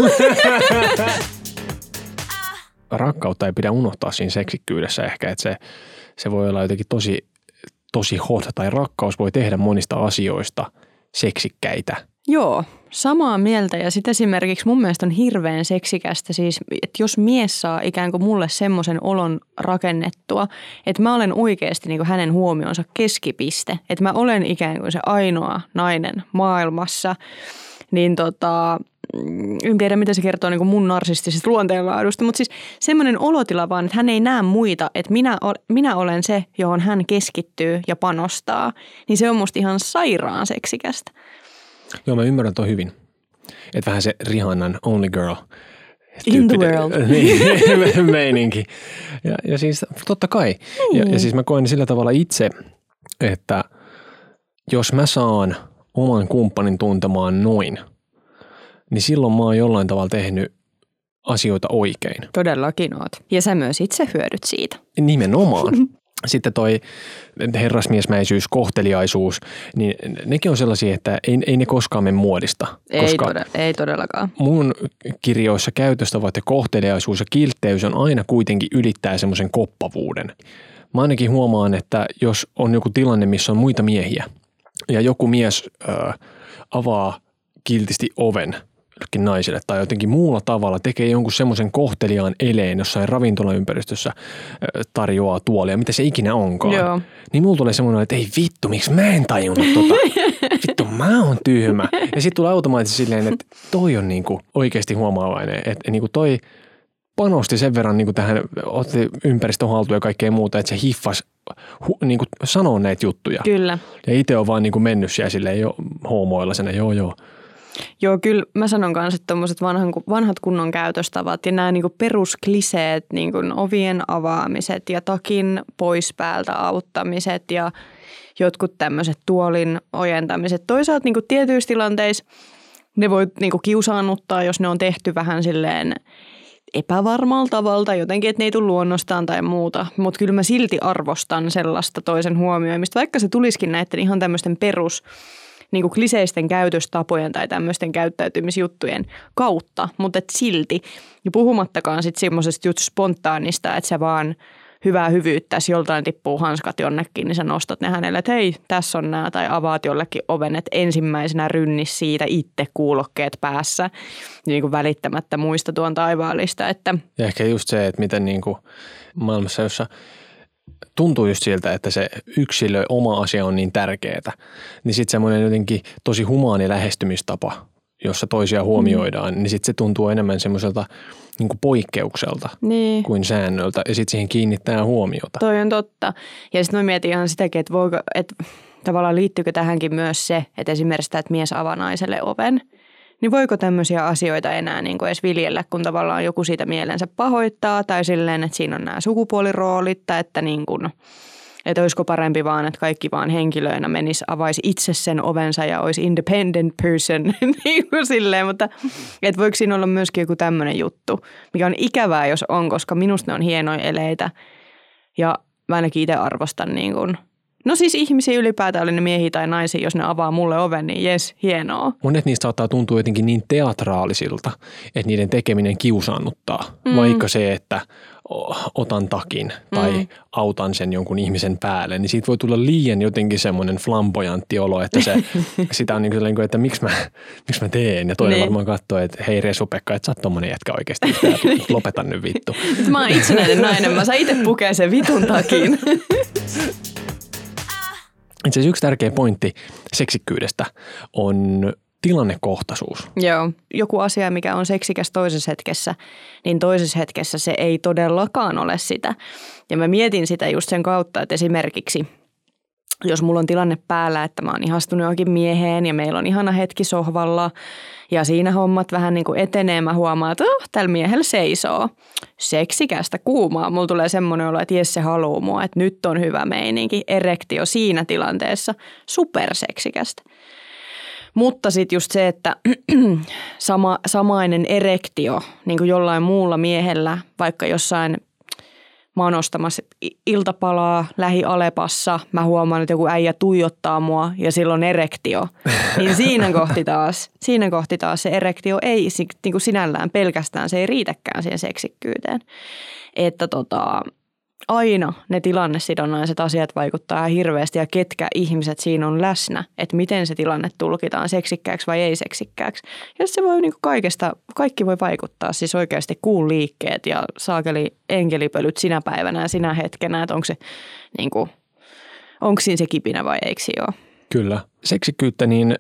Rakkautta ei pidä unohtaa siinä seksikkyydessä ehkä, että se voi olla jotenkin tosi hot tai rakkaus voi tehdä monista asioista seksikkäitä. Joo, samaa mieltä ja sitten esimerkiksi mun mielestä on hirveän seksikästä siis, että jos mies saa ikään kuin mulle semmoisen olon rakennettua, että mä olen oikeasti niin kuin hänen huomionsa keskipiste, että mä olen ikään kuin se ainoa nainen maailmassa, niin en tiedä mitä se kertoo niin kuin mun narsistisesta luonteenlaadusta, mutta siis semmoinen olotila vaan, että hän ei näe muita, että minä olen se, johon hän keskittyy ja panostaa, niin se on musta ihan sairaan seksikästä. Joo, mä ymmärrän toi hyvin. Että vähän se Rihannan Only Girl. In the world. Meininki. Ja siis totta kai. Ja siis mä koen sillä tavalla itse, että jos mä saan oman kumppanin tuntemaan noin, niin silloin mä oon jollain tavalla tehnyt asioita oikein. Todellakin oot. Ja sä myös itse hyödyt siitä. Nimenomaan. Sitten toi herrasmiesmäisyys, kohteliaisuus, niin nekin on sellaisia, että ei ne koskaan mene muodista. Ei todellakaan. Mun kirjoissa käytöstavat ja kohteliaisuus ja kiltteys on aina kuitenkin ylittää semmoisen koppavuuden. Mä ainakin huomaan, että jos on joku tilanne, missä on muita miehiä ja joku mies avaa kiltisti oven jollekin naiselle tai jotenkin muulla tavalla tekee jonkun semmoisen kohteliaan eleen jossain ravintolaympäristössä tarjoaa tuolia, mitä se ikinä onkaan. Joo. Niin mulla tulee semmoinen, että ei vittu, miksi mä en tajunnut tota. Vittu, mä oon tyhmä. Ja sitten tulee automaattisesti silleen, että toi on niinku oikeasti huomaavainen. Että niinku toi panosti sen verran niinku tähän, otti ympäristön haltuun ja kaikkea muuta, että se hiffasi niinku sanoa näitä juttuja. Kyllä. Ja itse on vaan niinku mennyt siellä silleen jo hoomoilla sen, joo. Joo, kyllä mä sanon kanssa, että tommoset vanhat kunnon käytöstavat ja nämä niinku peruskliseet, niinku ovien avaamiset ja takin pois päältä auttamiset ja jotkut tämmöiset tuolin ojentamiset. Toisaalta niinku tietyissä tilanteissa ne voi niinku kiusaannuttaa, jos ne on tehty vähän silleen epävarmalla tavalla jotenkin, että ne ei tule luonnostaan tai muuta. Mutta kyllä mä silti arvostan sellaista toisen huomioimista, vaikka se tulisikin näiden ihan tämmöisten perus niin kuin kliseisten käytöstapojen tai tämmöisten käyttäytymisjuttujen kautta, mutta et silti. Ja puhumattakaan sitten semmoisesta just spontaanista, että sä vaan hyvää hyvyyttäsi, joltain tippuu hanskat jonnekin, niin sä nostat ne hänelle, että hei, tässä on nämä, tai avaat jollekin oven, että ensimmäisenä rynnis siitä itse kuulokkeet päässä, niin kuin välittämättä muista tuon taivaallista. Että ja ehkä just se, että miten niin kuin maailmassa, jossa tuntuu just siltä, että se yksilö, oma asia on niin tärkeää, niin sitten semmoinen jotenkin tosi humaani lähestymistapa, jossa toisia huomioidaan, niin sitten se tuntuu enemmän semmoiselta niin kuin poikkeukselta kuin säännöltä ja sitten siihen kiinnittää huomiota. Toi on totta. Ja sitten mä mietin ihan sitäkin, että tavallaan liittyykö tähänkin myös se, että esimerkiksi tämä, että mies avaa naiselle oven, niin voiko tämmöisiä asioita enää niin kuin edes viljellä, kun tavallaan joku siitä mielensä pahoittaa tai silleen, että siinä on nämä sukupuoliroolit tai että niin kuin, että olisiko parempi vaan, että kaikki vaan henkilöinä avaisi itse sen ovensa ja olisi independent person, niin kuin silleen, mutta että voiko siinä olla myöskin joku tämmöinen juttu, mikä on ikävää, jos on, koska minusta ne on hienoja eleitä ja mä ainakin itse arvostan niin kuin No siis ihmisiä ylipäätään, oli ne miehiä tai naisia, jos ne avaa mulle oven, niin jes, hienoa. Monet niistä saattaa tuntua jotenkin niin teatraalisilta, että niiden tekeminen kiusaannuttaa. Vaikka se, että otan takin tai autan sen jonkun ihmisen päälle, niin siitä voi tulla liian jotenkin semmoinen flamboyantti olo, että sitä on niin kuin, että miksi mä teen. Ja toinen varmaan katsoo, että hei Resu-Pekka, että sä oot tommonen jätkä oikeasti, lopeta nyt vittu. Mä oon itsenäinen nainen, mä saan itse pukea sen vitun takin. Itse asiassa yksi tärkeä pointti seksikkyydestä on tilannekohtaisuus. Joo. Joku asia, mikä on seksikäs toisessa hetkessä, niin toisessa hetkessä se ei todellakaan ole sitä. Ja mä mietin sitä just sen kautta, että esimerkiksi jos mulla on tilanne päällä, että mä oon ihastunut johonkin mieheen ja meillä on ihana hetki sohvalla ja siinä hommat vähän niin kuin etenee, mä huomaan, että tällä miehellä seisoo. Seksikästä, kuumaa. Mulla tulee semmoinen olo, että jes se haluu mua, että nyt on hyvä meininki. Erektio siinä tilanteessa, superseksikästä. Mutta sitten just se, että samainen erektio niin kuin jollain muulla miehellä, vaikka jossain mä oon ostamassa iltapalaa Lähi-Alepassa, mä huomaan, että joku äijä tuijottaa mua ja silloin erektio. Niin siinä kohti taas se erektio ei niin kuin sinällään pelkästään, se ei riitäkään siihen seksikkyyteen. Että aina ne tilannesidonnaiset asiat vaikuttaa hirveästi ja ketkä ihmiset siinä on läsnä, että miten se tilanne tulkitaan seksikkääksi vai ei seksikkääksi. Ja se voi niin kuin kaikki voi vaikuttaa, siis oikeasti kuun liikkeet ja saakeli enkelipölyt sinä päivänä ja sinä hetkenä, että onko se niin kuin, onko siinä se kipinä vai eikö se ole. Kyllä. Seksikkyyttä, niin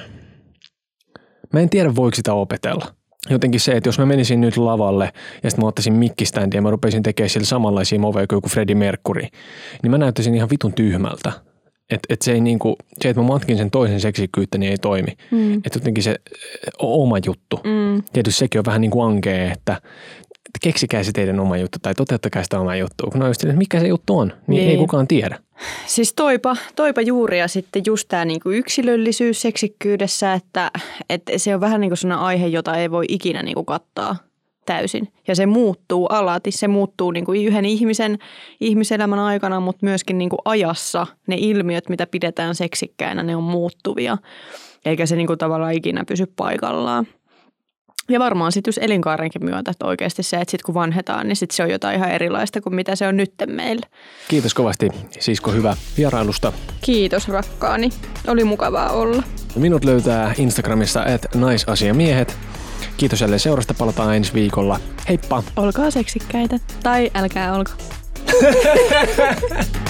mä en tiedä voiko sitä opetella. Jotenkin se, että jos mä menisin nyt lavalle ja sitten mä ottaisin mikkistäntiä ja mä rupesin tekemään sillä samanlaisia moveja kuin joku Freddie Mercury, niin mä näyttäisin ihan vitun tyhmältä. Että se ei niinku, se, että mä matkin sen toisen seksikkyyttä, niin ei toimi. Että jotenkin se oma juttu. Tietysti sekin on vähän niin kuin ankea, että keksikää se teidän oma juttu tai toteuttakaa sitä omaa juttua. Kun on just, että mikä se juttu on, niin ei kukaan tiedä. Siis toipa juuri ja sitten just tämä niinku yksilöllisyys seksikkyydessä, että se on vähän niin kuin sellainen aihe, jota ei voi ikinä niinku kattaa täysin. Ja se muuttuu alati, se muuttuu niinku yhden ihmiselämän aikana, mutta myöskin niinku ajassa ne ilmiöt, mitä pidetään seksikkäinä, ne on muuttuvia. Eikä se niinku tavallaan ikinä pysy paikallaan. Ja varmaan sitten just elinkaarenkin myötä, että oikeasti se, että sitten kun vanhetaan, niin sitten se on jotain ihan erilaista kuin mitä se on nytten meillä. Kiitos kovasti, Sisko, hyvä vierailusta. Kiitos rakkaani, oli mukavaa olla. Minut löytää Instagramissa @naisasiamiehet. Kiitos jälleen seurasta, palataan ensi viikolla. Heippa! Olkaa seksikkäitä, tai älkää olko.